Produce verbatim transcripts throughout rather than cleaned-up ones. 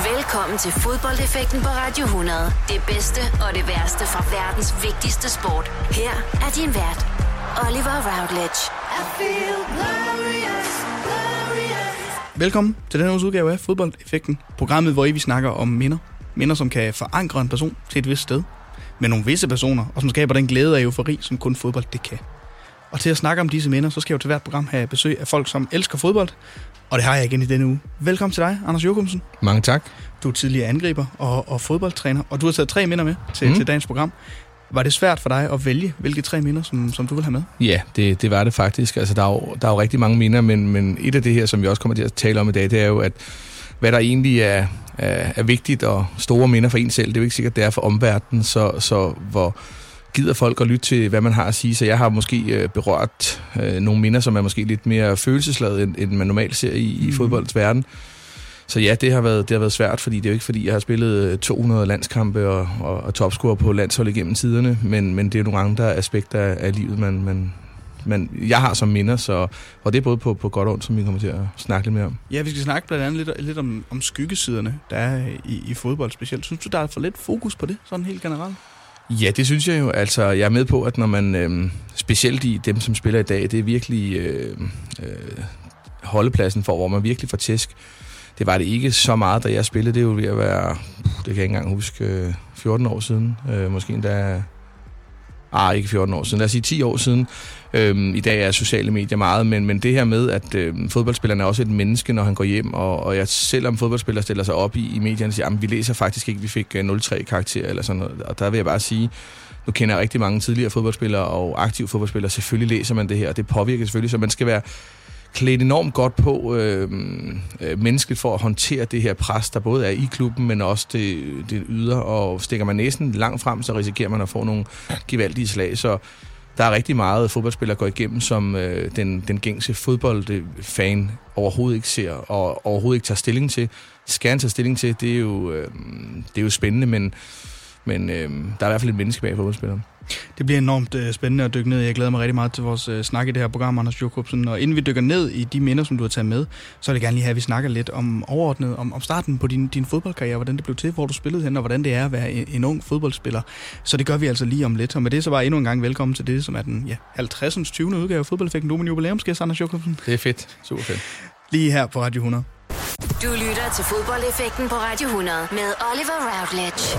Velkommen til fodboldeffekten på Radio hundrede. Det bedste og det værste fra verdens vigtigste sport. Her er din vært, Oliver Routledge. I feel glorious, glorious. Velkommen til denne uges udgave af Fodboldeffekten. Programmet, hvor I vi snakker om minder. Minder, som kan forankre en person til et vist sted. Med nogle visse personer, og som skaber den glæde og eufori, som kun fodbold det kan. Og til at snakke om disse minder, så skal jeg jo til hvert program have besøg af folk, som elsker fodbold. Og det har jeg igen i denne uge. Velkommen til dig, Anders Jokumsen. Mange tak. Du er tidligere angriber og, og fodboldtræner, og du har taget tre minder med til, mm. til dagens program. Var det svært for dig at vælge, hvilke tre minder, som, som du vil have med? Ja, det, det var det faktisk. Altså, der, er jo, der er jo rigtig mange minder, men, men et af det her, som vi også kommer til at tale om i dag, det er jo, at hvad der egentlig er, er, er vigtigt og store minder for en selv, det er jo ikke sikkert, det er for omverdenen, så, så hvor gider folk at lytte til, hvad man har at sige. Så jeg har måske øh, berørt øh, nogle minder, som er måske lidt mere følelsesladet, end, end man normalt ser i, mm. i fodboldens verden. Så ja, det har, været, det har været svært, fordi det er jo ikke fordi, jeg har spillet to hundrede landskampe og, og, og topscorer på landshold igennem tiderne, men, men det er nogle andre aspekter af livet, man, man, man, jeg har som minder, så, og det er både på, på godt og ondt, som vi kommer til at snakke lidt mere om. Ja, vi skal snakke blandt andet lidt, lidt om, om skyggesiderne, der er i, i fodbold specielt. Synes du, der er for lidt fokus på det, sådan helt generelt? Ja, det synes jeg jo. Altså, jeg er med på, at når man, øh, specielt i dem, som spiller i dag, det er virkelig øh, øh, holdepladsen for, hvor man virkelig får tæsk. Det var det ikke så meget, da jeg spillede. Det er jo ved at være, det kan jeg ikke engang huske, fjorten år siden. Øh, måske endda, ah, ikke fjorten år siden, lad os sige ti år siden. Øhm, I dag er sociale medier meget, men, men det her med, at øh, fodboldspilleren er også et menneske, når han går hjem, og, og jeg, selvom fodboldspillere stiller sig op i, i medierne og siger, at vi læser faktisk ikke, vi fik nul tre karakter eller sådan noget, og der vil jeg bare sige, nu kender jeg rigtig mange tidligere fodboldspillere og aktive fodboldspillere, selvfølgelig læser man det her, og det påvirker selvfølgelig, så man skal være klædt enormt godt på øh, øh, mennesket for at håndtere det her pres, der både er i klubben, men også det, det ydre, og stikker man næsen langt frem, så risikerer man at få nogle gevaldige slag, så der er rigtig meget fodboldspillere går igennem, som øh, den, den gængse fodboldfan overhovedet ikke ser, og overhovedet ikke tager stilling til. Skal han tage stilling til, det er jo, øh, det er jo spændende, men, men øh, der er i hvert fald et menneske bag fodboldspilleren. Det bliver enormt øh, spændende at dykke ned. Jeg glæder mig rigtig meget til vores øh, snak i det her program, Anders Jokumsen. Og inden vi dykker ned i de minder, som du har taget med, så vil jeg gerne lige have, at vi snakker lidt om overordnet, om, om starten på din, din fodboldkarriere, hvordan det blev til, hvor du spillede hen, og hvordan det er at være en, en ung fodboldspiller. Så det gør vi altså lige om lidt. Og med det så bare endnu en gang velkommen til det, som er den ja, halvtredsindstyvende tyvende udgave af Fodboldeffekten. Du er min jubilæumsgæst, Anders Jokumsen. Det er fedt. Super fedt. Lige her på Radio hundrede. Du lytter til Fodboldeffekten på Radio hundrede med Oliver Routledge.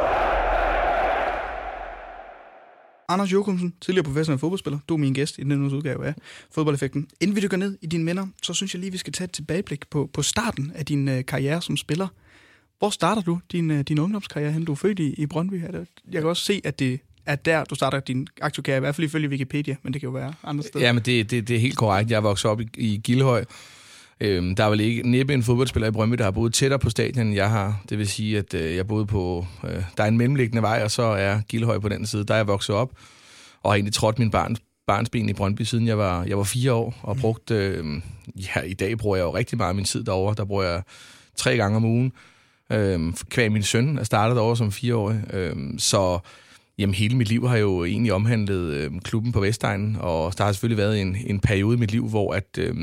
Anders Jokumsen, tidligere professionel fodboldspiller. Du er min gæst i denne uges udgave af Fodboldeffekten. Inden vi dykker ned i dine minder, så synes jeg lige, vi skal tage et tilbageblik på, på starten af din uh, karriere som spiller. Hvor starter du din, uh, din ungdomskarriere hen? Du er født i, i Brøndby. Jeg kan også se, at det er der, du starter din aktive karriere. I hvert fald ifølge Wikipedia, men det kan jo være andre steder. Ja, men det, det, det er helt korrekt. Jeg er vokset op i, i Gildhøj. Øhm, der er vel ikke næppe en fodboldspiller i Brøndby, der har boet tættere på stadion, end jeg har. Det vil sige, at øh, jeg boede på... Øh, der er en mellemliggende vej, og så er Gildhøj på den side. Der er jeg vokset op, og har egentlig trådt min barns, barnsben i Brøndby, siden jeg var, jeg var fire år, og brugt... Øh, ja, i dag bruger jeg jo rigtig meget af min tid derovre. Der bruger jeg tre gange om ugen. Øh, kvæg min søn er startet derovre som fireårig. Øh, så... Jamen, hele mit liv har jo egentlig omhandlet øh, klubben på Vestegnen, og der har selvfølgelig været en, en periode i mit liv, hvor at... Øh,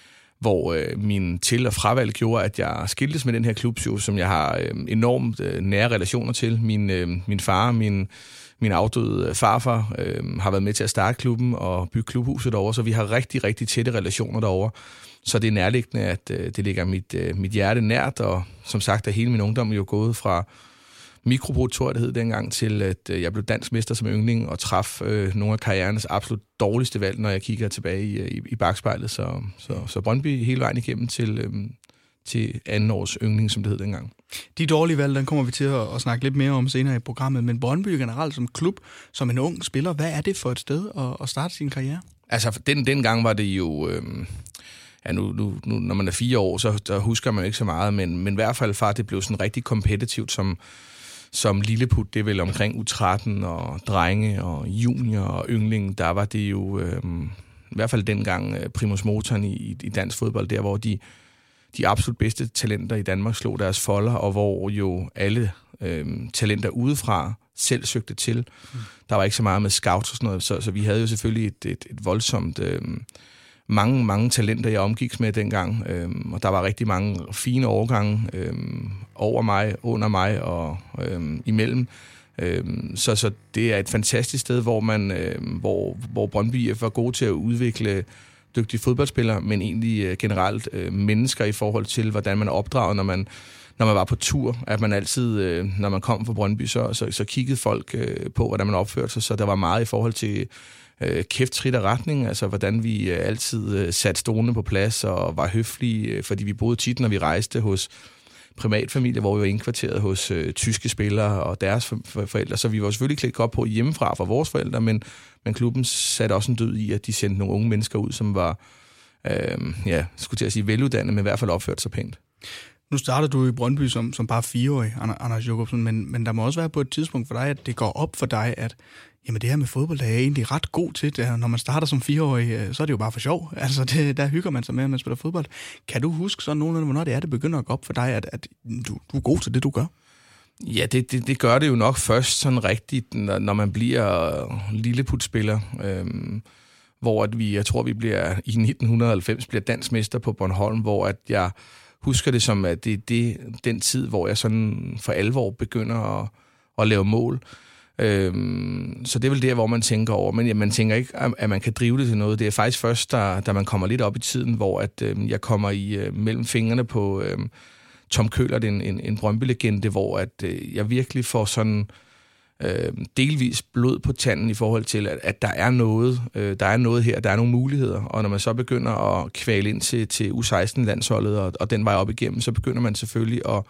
hvor øh, min til- og fravalg gjorde, at jeg skiltes med den her klub, som jeg har øh, enormt øh, nære relationer til. Min, øh, min far, min, min afdøde farfar, øh, har været med til at starte klubben og bygge klubhuset derovre, så vi har rigtig, rigtig tætte relationer derovre. Så det er nærliggende, at øh, det ligger mit, øh, mit hjerte nært, og som sagt er hele min ungdom jo gået fra mikrobrud, tror jeg det hed dengang, til at øh, jeg blev dansk mester som yngling og traf øh, nogle af karrierens absolut dårligste valg, når jeg kigger tilbage i, i, i bagspejlet. Så, så, så Brøndby hele vejen igennem til, øh, til anden års yngling, som det hed dengang. De dårlige valg, den kommer vi til at, at snakke lidt mere om senere i programmet, men Brøndby generelt som klub, som en ung spiller, hvad er det for et sted at, at starte sin karriere? Altså, den, dengang var det jo... Øh, ja, nu, nu, nu, når man er fire år, så der husker man jo ikke så meget, men, men i hvert fald far, det blev sådan rigtig kompetitivt som... Som lilleput, det er vel omkring U tretten og drenge og junior og yngling, der var det jo øh, i hvert fald dengang øh, primus motoren i, i dansk fodbold, der hvor de, de absolut bedste talenter i Danmark slog deres folder, og hvor jo alle øh, talenter udefra selv søgte til. Mm. Der var ikke så meget med scouts og sådan noget, så, så vi havde jo selvfølgelig et, et, et voldsomt... Øh, mange, mange talenter, jeg omgiks med dengang. Øhm, og der var rigtig mange fine årgange øhm, over mig, under mig og øhm, imellem. Øhm, så, så det er et fantastisk sted, hvor, man, øhm, hvor, hvor Brøndby I F var god til at udvikle dygtige fodboldspillere, men egentlig øh, generelt øh, mennesker i forhold til, hvordan man er opdraget, når man, når man var på tur. At man altid, øh, når man kom fra Brøndby, så, så, så kiggede folk øh, på, hvordan man opførte sig. Så der var meget i forhold til øh, kæft, trit og retning, altså hvordan vi øh, altid øh, satte stolene på plads og var høflige, øh, fordi vi boede tit, når vi rejste hos privatfamilie, hvor vi var indkvarteret hos øh, tyske spillere og deres for- forældre. Så vi var selvfølgelig klædt godt på hjemmefra fra vores forældre, men, men klubben satte også en død i, at de sendte nogle unge mennesker ud, som var, øh, ja, skulle til at sige veluddannede, men i hvert fald opførte sig pænt. Nu startede du i Brøndby som, som bare fireårig, Anders Jacobsen, men, men der må også være på et tidspunkt for dig, at det går op for dig, at jamen det her med fodbold, der er jeg egentlig ret god til. Det, når man starter som fireårig, så er det jo bare for sjov. Altså, det, der hygger man sig med, at man spiller fodbold. Kan du huske sådan nogenlunde, hvornår det er, det begynder at gå op for dig, at, at du, du er god til det, du gør? Ja, det, det, det gør det jo nok først sådan rigtigt, når, når man bliver lilleputspiller. Øhm, hvor at vi, jeg tror, vi bliver i nitten halvfems bliver dansk mester på Bornholm, hvor at jeg husker det som, at det er det, den tid, hvor jeg sådan for alvor begynder at, at lave mål. Øhm, så det er vel der, hvor man tænker over. Men ja, man tænker ikke, at man kan drive det til noget. Det er faktisk først, da, da man kommer lidt op i tiden, hvor at, øhm, jeg kommer i øh, mellem fingrene på øhm, Tom Køhlert, en, en, en Brøndby-legende, hvor at, øh, jeg virkelig får sådan øh, delvis blod på tanden i forhold til, at, at der er noget, øh, der er noget her, der er nogle muligheder. Og når man så begynder at kvæle ind til, til U seksten-landsholdet, og, og den vej op igennem, så begynder man selvfølgelig at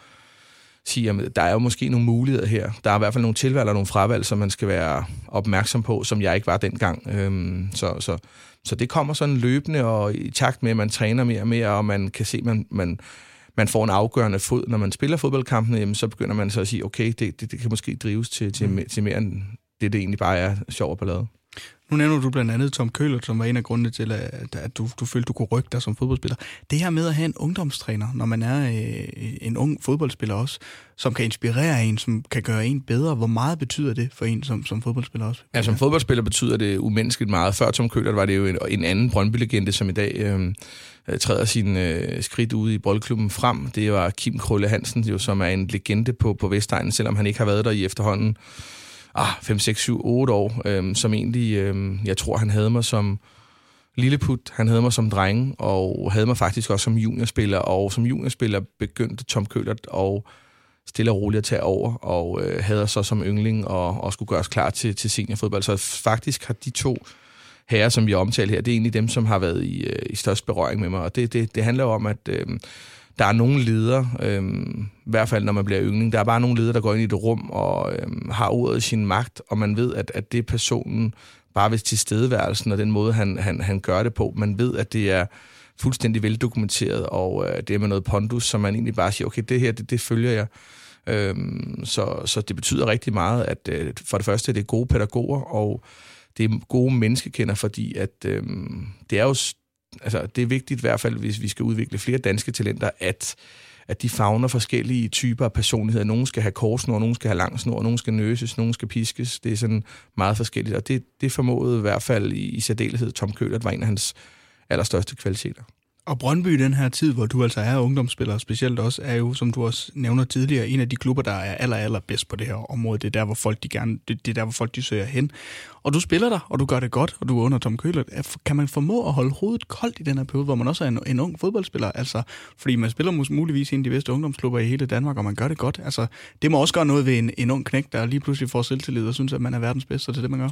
sige, at der er jo måske nogle muligheder her. Der er i hvert fald nogle tilvalg og nogle fravalg, som man skal være opmærksom på, som jeg ikke var dengang. Øhm, så, så, så det kommer sådan løbende, og i takt med, at man træner mere og mere, og man kan se, at man, man, man får en afgørende fod. Når man spiller fodboldkampene, jamen, så begynder man så at sige, okay, det, det, det kan måske drives til, til, mm. til mere end det, det egentlig bare er sjov og ballade. Nu nævner du blandt andet Tom Køhlert, som var en af grundene til, at, at du, du følte, du kunne rykke dig som fodboldspiller. Det her med at have en ungdomstræner, når man er øh, en ung fodboldspiller også, som kan inspirere en, som kan gøre en bedre, hvor meget betyder det for en som, som fodboldspiller også? Ja, som fodboldspiller betyder det umenneskeligt meget. Før Tom Køhlert var det jo en, en anden Brøndby-legende, som i dag øh, træder sin øh, skridt ude i boldklubben frem. Det var Kim Krølle Hansen, jo, som er en legende på, på Vestegnen, selvom han ikke har været der i efterhånden Ah, fem, seks, syv, otte år, øhm, som egentlig, øhm, jeg tror, han havde mig som lilleput, han havde mig som dreng, og havde mig faktisk også som juniorspiller, og som juniorspiller begyndte Tom Køhlert og stille og roligt at tage over, og øh, havde så som yngling og, og skulle gøres klar til, til seniorfodbold. Så faktisk har de to herrer, som vi har omtalt her, det er egentlig dem, som har været i, øh, i størst berøring med mig, og det, det, det handler jo om, at øh, der er nogle ledere, øhm, i hvert fald når man bliver yngling, der er bare nogle ledere, der går ind i et rum og øhm, har ordet i sin magt, og man ved, at, at det er personen, bare ved tilstedeværelsen og den måde, han, han, han gør det på. Man ved, at det er fuldstændig veldokumenteret, og øh, det er med noget pondus, som man egentlig bare siger, okay, det her, det, det følger jeg. Øhm, så, så det betyder rigtig meget, at øh, for det første, det er gode pædagoger, og det er gode menneskekender, fordi at øh, det er jo altså, det er vigtigt i hvert fald, hvis vi skal udvikle flere danske talenter, at, at de favner forskellige typer af personligheder. Nogle skal have korsnor, nogle skal have lang snor, nogle skal nøses, nogle skal piskes. Det er sådan meget forskelligt, og det, det formåede i hvert fald i, i særdeleshed Tom Køhlert var en af hans allerstørste kvaliteter. Og Brøndby i den her tid, hvor du altså er ungdomsspiller, specielt også, er jo, som du også nævner tidligere, en af de klubber, der er aller, aller bedst på det her område. Det er der, hvor folk de gerne, det, det er der, hvor folk de søger hen. Og du spiller der, og du gør det godt, og du er under Tom Køhlert. Kan man formå at holde hovedet koldt i den her periode, hvor man også er en, en ung fodboldspiller? Altså, fordi man spiller muligvis en af de bedste ungdomsklubber i hele Danmark, og man gør det godt. Altså, det må også gøre noget ved en, en ung knægt, der lige pludselig får selvtillid og synes, at man er verdens bedste, og det er det, man gør.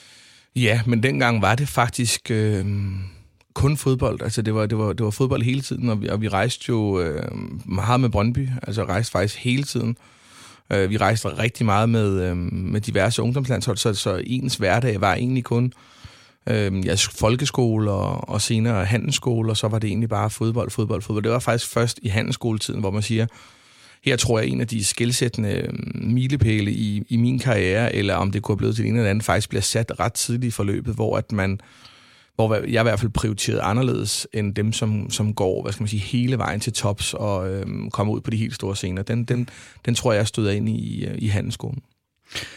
Ja, men dengang var det faktisk Øh... kun fodbold, altså det var, det var, det var fodbold hele tiden, og vi, og vi rejste jo øh, meget med Brøndby, altså rejste faktisk hele tiden. Øh, vi rejste rigtig meget med, øh, med diverse ungdomslandshold, så, så ens hverdag var egentlig kun øh, ja, folkeskole og, og senere handelsskole, og så var det egentlig bare fodbold, fodbold, fodbold. Det var faktisk først i handelsskoletiden, hvor man siger, her tror jeg, en af de skelsættende milepæle i, i min karriere, eller om det kunne have blevet til en eller anden, faktisk bliver sat ret tidligt i forløbet, hvor at man hvor jeg i hvert fald prioriteret anderledes end dem, som, som går, hvad skal man sige, hele vejen til tops og øhm, kommer ud på de helt store scener. Den, den, den tror jeg støder ind i, i handelsskolen.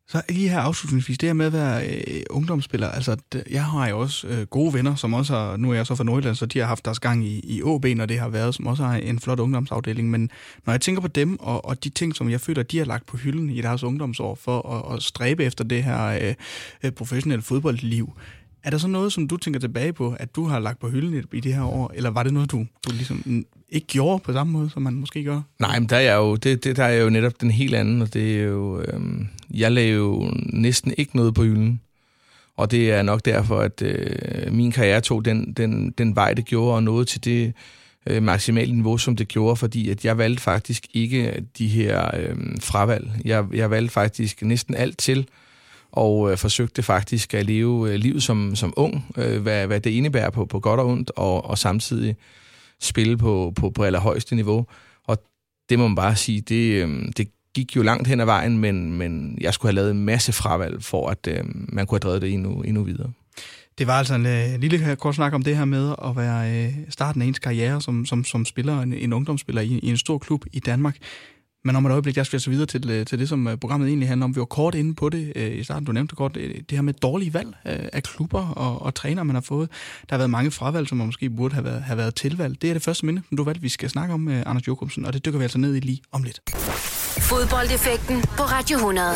Så lige her afslutningsvis, det her med at være øh, ungdomsspiller, altså det, jeg har jo også øh, gode venner, som også har, nu er jeg så fra Nordjylland, så de har haft deres gang i, i O B, når det har været, som også har en flot ungdomsafdeling, men når jeg tænker på dem, og, og de ting, som jeg føler, de har lagt på hylden i deres ungdomsår, for at, at stræbe efter det her øh, professionelle fodboldliv, er der så noget, som du tænker tilbage på, at du har lagt på hylden i, i det her år, eller var det noget, du, du ligesom ikke gjorde på samme måde, som man måske gør? Nej, men der er jo, det, det, der er jo netop den helt anden, og det er jo, øhm, jeg lavede jo næsten ikke noget på hylden, og det er nok derfor, at øh, min karriere tog den, den, den vej, det gjorde, og nåede til det øh, maksimale niveau, som det gjorde, fordi at jeg valgte faktisk ikke de her øh, fravalg. Jeg, jeg valgte faktisk næsten alt til, og øh, forsøgte faktisk at leve øh, livet som, som ung, øh, hvad, hvad det indebærer på, på godt og ondt, og, og samtidig spille på, på, på allerhøjeste niveau. Og det må man bare sige, det, øh, det gik jo langt hen ad vejen, men, men jeg skulle have lavet en masse fravalg, for at øh, man kunne have drevet det endnu, endnu videre. Det var altså en uh, lille kort snak om det her med at være uh, starten af ens karriere som, som, som spiller, en, en ungdomsspiller i, i en stor klub i Danmark. Men om et øjeblik, jeg skal så videre til, til det, som programmet egentlig handler om. Vi var kort inde på det øh, i starten. Du nævnte kort det her med dårlige valg øh, af klubber og, og trænere, man har fået. Der har været mange fravalg, som man måske burde have været, have været tilvalg. Det er det første minde, som du valgte, vi skal snakke om, øh, Anders Jochumsen, og det dykker vi altså ned i lige om lidt. Fodboldeffekten på Radio hundrede.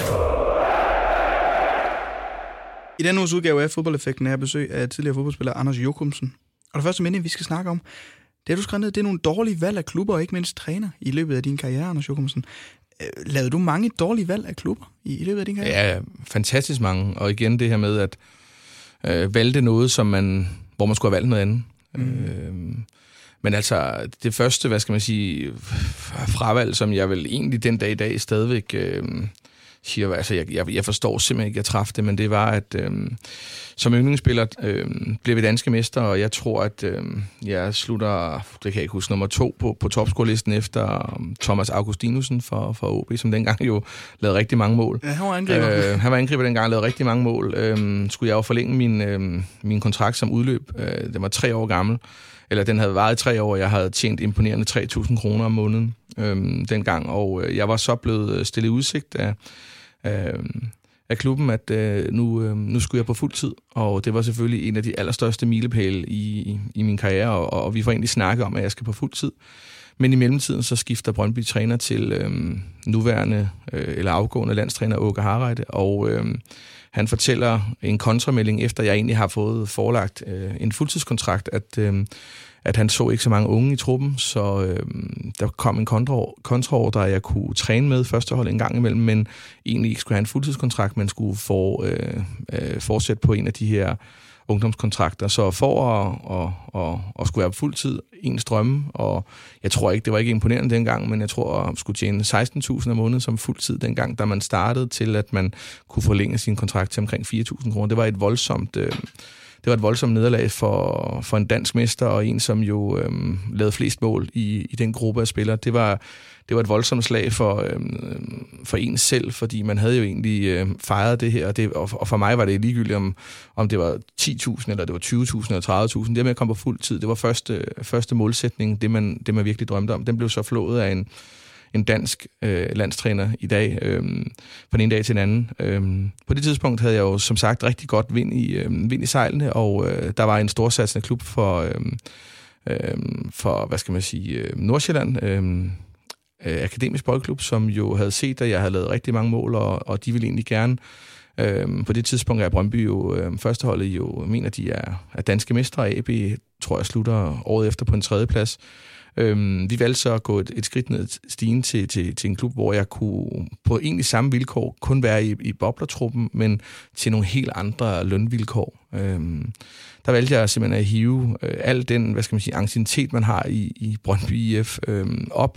I denne uges udgave af Fodboldeffekten er jeg besøg af tidligere fodboldspiller Anders Jochumsen. Og det første minde, vi skal snakke om, det har du skrevet ned, det er nogle dårlige valg af klubber, og ikke mindst træner i løbet af din karriere, Anders Jochumsen. Lavede du mange dårlige valg af klubber i, i løbet af din karriere? Ja, fantastisk mange. Og igen det her med, at øh, valgte noget, som man, hvor man skulle have valgt noget andet. Mm. Øh, men altså, det første, hvad skal man sige, fravalg, som jeg vel egentlig den dag i dag stadigvæk øh, siger, altså jeg, jeg, jeg forstår simpelthen ikke, jeg træffede det, men det var, at øh, som yndlingsspiller øh, blev vi danske mester, og jeg tror, at øh, jeg slutter, det kan jeg ikke huske, nummer to på, på topscorelisten efter Thomas Augustinussen for, for O B, som dengang jo lavede rigtig mange mål. Ja, han var angriber. Øh, han var angriber dengang og lavede rigtig mange mål. Øh, skulle jeg jo forlænge min, øh, min kontrakt som udløb. Øh, den var tre år gammel. Eller den havde varet i tre år, og jeg havde tjent imponerende tre tusind kroner om måneden øh, dengang. Og øh, jeg var så blevet stillet i udsigt af, øh, af klubben, at øh, nu, øh, nu skulle jeg på fuld tid. Og det var selvfølgelig en af de allerstørste milepæle i, i, i min karriere, og, og vi får egentlig snakket om, at jeg skal på fuld tid. Men i mellemtiden så skifter Brøndby træner til øh, nuværende øh, eller afgående landstræner Åke Hareide, og øh, han fortæller en kontramelding, efter jeg egentlig har fået forelagt øh, en fuldtidskontrakt, at, øh, at han så ikke så mange unge i truppen, så øh, der kom en kontraordre, at jeg kunne træne med førstehold en gang imellem, men egentlig ikke skulle have en fuldtidskontrakt, men skulle for, øh, øh, fortsætte på en af de her ungdomskontrakter. Så for at, at, at, at skulle være på fuld tid, ens drømme, og jeg tror ikke, det var ikke imponerende dengang, men jeg tror, at skulle tjene seksten tusind om måneden som fuld tid dengang, da man startede til, at man kunne forlænge sin kontrakt til omkring fire tusind kroner. Det var et voldsomt, øh, det var et voldsomt nederlag for, for en dansk mester, og en, som jo øh, lavede flest mål i, i den gruppe af spillere. Det var Det var et voldsomt slag for, øh, for en selv, fordi man havde jo egentlig øh, fejret det her, og, det, og, og for mig var det ligegyldigt, om, om det var ti tusind, eller det var tyve tusind, eller tredive tusind. Det med at komme på fuld tid, det var første, første målsætning, det man, det man virkelig drømte om. Den blev så flået af en, en dansk øh, landstræner i dag, øh, fra den ene dag til den anden. Øh, på det tidspunkt havde jeg jo som sagt rigtig godt vind i, øh, vind i sejlene, og øh, der var en storsatsende klub for, øh, øh, for hvad skal man sige, øh, Nordsjælland, øh, Akademisk Boldklub, som jo havde set, at jeg havde lavet rigtig mange mål, og, og de ville egentlig gerne. Øhm, på det tidspunkt er Brøndby jo, øhm, førsteholdet jo, mener de er, er danske mestre, A B tror jeg slutter året efter på en tredje plads. Øhm, vi valgte så at gå et, et skridt ned stigen til, til, til en klub, hvor jeg kunne på egentlig samme vilkår kun være i, i boblertruppen, men til nogle helt andre lønvilkår. Øhm, der valgte jeg simpelthen at hive øh, al den, hvad skal man sige, anciennitet, man har i, i Brøndby I F øh, op,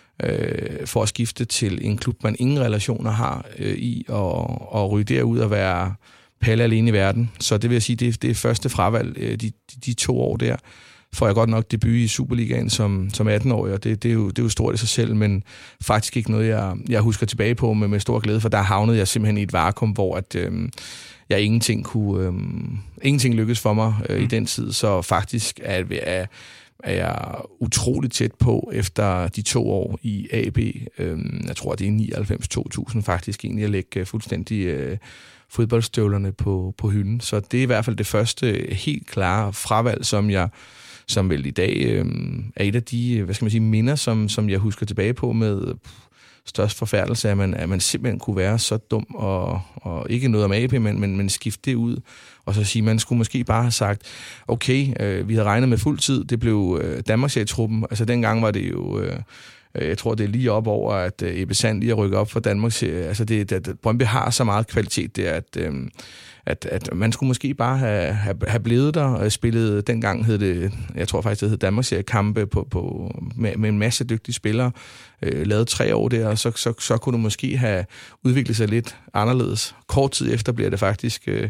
Øh, for at skifte til en klub, man ingen relationer har øh, i, og, og ryge derud og være palle alene i verden. Så det vil jeg sige, det, det er første fravalg, øh, de, de, de to år der, får jeg godt nok debut i Superligaen som, som atten-årig, og det, det, er jo, det er jo stort i sig selv, men faktisk ikke noget, jeg, jeg husker tilbage på med, med stor glæde, for der havnede jeg simpelthen i et vakuum, hvor at, øh, jeg ingenting kunne, øh, ingenting lykkedes for mig øh, mm. i den tid, så faktisk er, er er jeg utroligt tæt på efter de to år i A B. Øhm, jeg tror, det er nioghalvfems to tusind faktisk egentlig at lægge fuldstændig øh, fodboldstøvlerne på, på hylden. Så det er i hvert fald det første helt klare fravalg, som jeg som vel i dag øh, er et af de, hvad skal man sige, minder, som, som jeg husker tilbage på med pff, størst forfærdelse, at man, at man simpelthen kunne være så dum og, og ikke noget om A P, men, men, men skifte det ud, og så sige, man skulle måske bare have sagt, okay, øh, vi havde regnet med fuld tid, det blev øh, Danmarks-truppen, altså dengang var det jo, øh, jeg tror det er lige op over, at øh, Ebbe Sand lige at rykke op for Danmarks, altså det, at Brøndby har så meget kvalitet der, at øh, At, at man skulle måske bare have, have, have blevet der og spillet, dengang hed det, jeg tror faktisk det hed Danmarks kampe på, på, med, med en masse dygtige spillere, øh, lavet tre år der, og så, så, så kunne du måske have udviklet sig lidt anderledes. Kort tid efter bliver det faktisk, øh,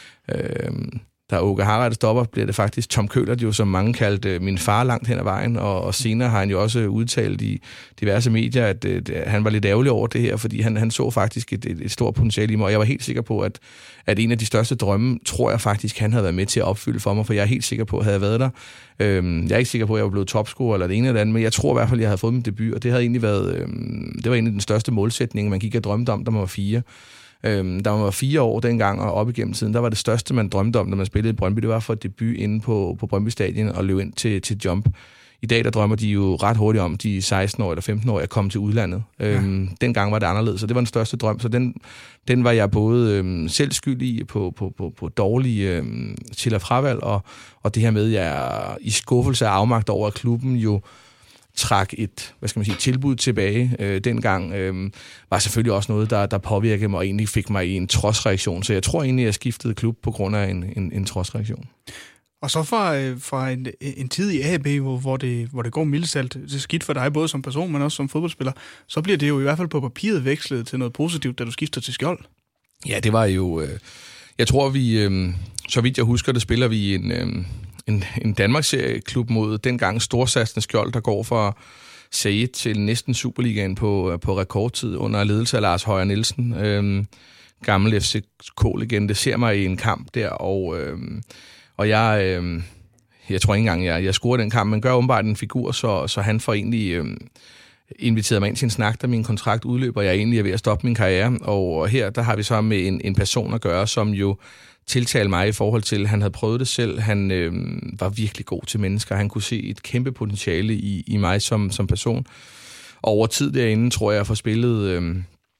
øh, da Åke Harald stopper, bliver det faktisk Tom Køhlert, jo som mange kaldte min far langt hen ad vejen, og, og senere har han jo også udtalt i diverse medier, at, at han var lidt ærgerlig over det her, fordi han, han så faktisk et, et, et stort potentiale i mig, og jeg var helt sikker på, at, at en af de største drømme, tror jeg faktisk, han havde været med til at opfylde for mig, for jeg er helt sikker på, at havde jeg været der. Øhm, jeg er ikke sikker på, at jeg var blevet topscorer eller det ene eller andet, men jeg tror i hvert fald, at jeg havde fået min debut, og det havde egentlig været, øhm, det var en af den største målsætninger, man gik og drømte om, da man var fire. Øhm, da man var fire år dengang og op igennem tiden, der var det største, man drømte om, da man spillede i Brøndby, det var for et debut inde på, på Brøndby Stadion og løbe ind til, til jump. I dag, der drømmer de jo ret hurtigt om, de seksten år eller femten år, at komme til udlandet. Ja. Øhm, dengang var det anderledes, så det var den største drøm, så den, den var jeg både øhm, selv skyld i på, på, på, på dårlige øhm, til- og fravalg, og, og det her med, at jeg i skuffelse og afmagt over, at klubben jo trak et, hvad skal man sige, tilbud tilbage øh, dengang, øh, var selvfølgelig også noget, der, der påvirkede mig og egentlig fik mig i en trodsreaktion. Så jeg tror egentlig, at jeg skiftede klub på grund af en, en, en trodsreaktion. Og så fra, øh, fra en, en tid i A B, hvor, hvor, det, hvor det går mildsalt, det er skidt for dig, både som person, men også som fodboldspiller, så bliver det jo i hvert fald på papiret vekslet til noget positivt, da du skifter til Skjold. Ja, det var jo... Øh, jeg tror, vi... Øh, så vidt jeg husker, det spiller vi en... Øh, En, en Danmarks-serieklub mod dengang storsatsende Skjold, der går fra Serie et til næsten Superligaen på, på rekordtid under ledelse af Lars Højer Nielsen. Øhm, gammel F C K-legende ser mig i en kamp der, og, øhm, og jeg, øhm, jeg tror ikke engang, jeg, jeg scorer den kamp, men gør åbenbart en figur, så, så han får egentlig øhm, inviteret mig ind til en snak, da min kontrakt udløber, jeg egentlig er ved at stoppe min karriere, og her der har vi så med en, en person at gøre, som jo tiltale mig i forhold til, han havde prøvet det selv. Han øh, var virkelig god til mennesker. Han kunne se et kæmpe potentiale i, i mig som, som person. Og over tid derinde, tror jeg, jeg får spillet øh,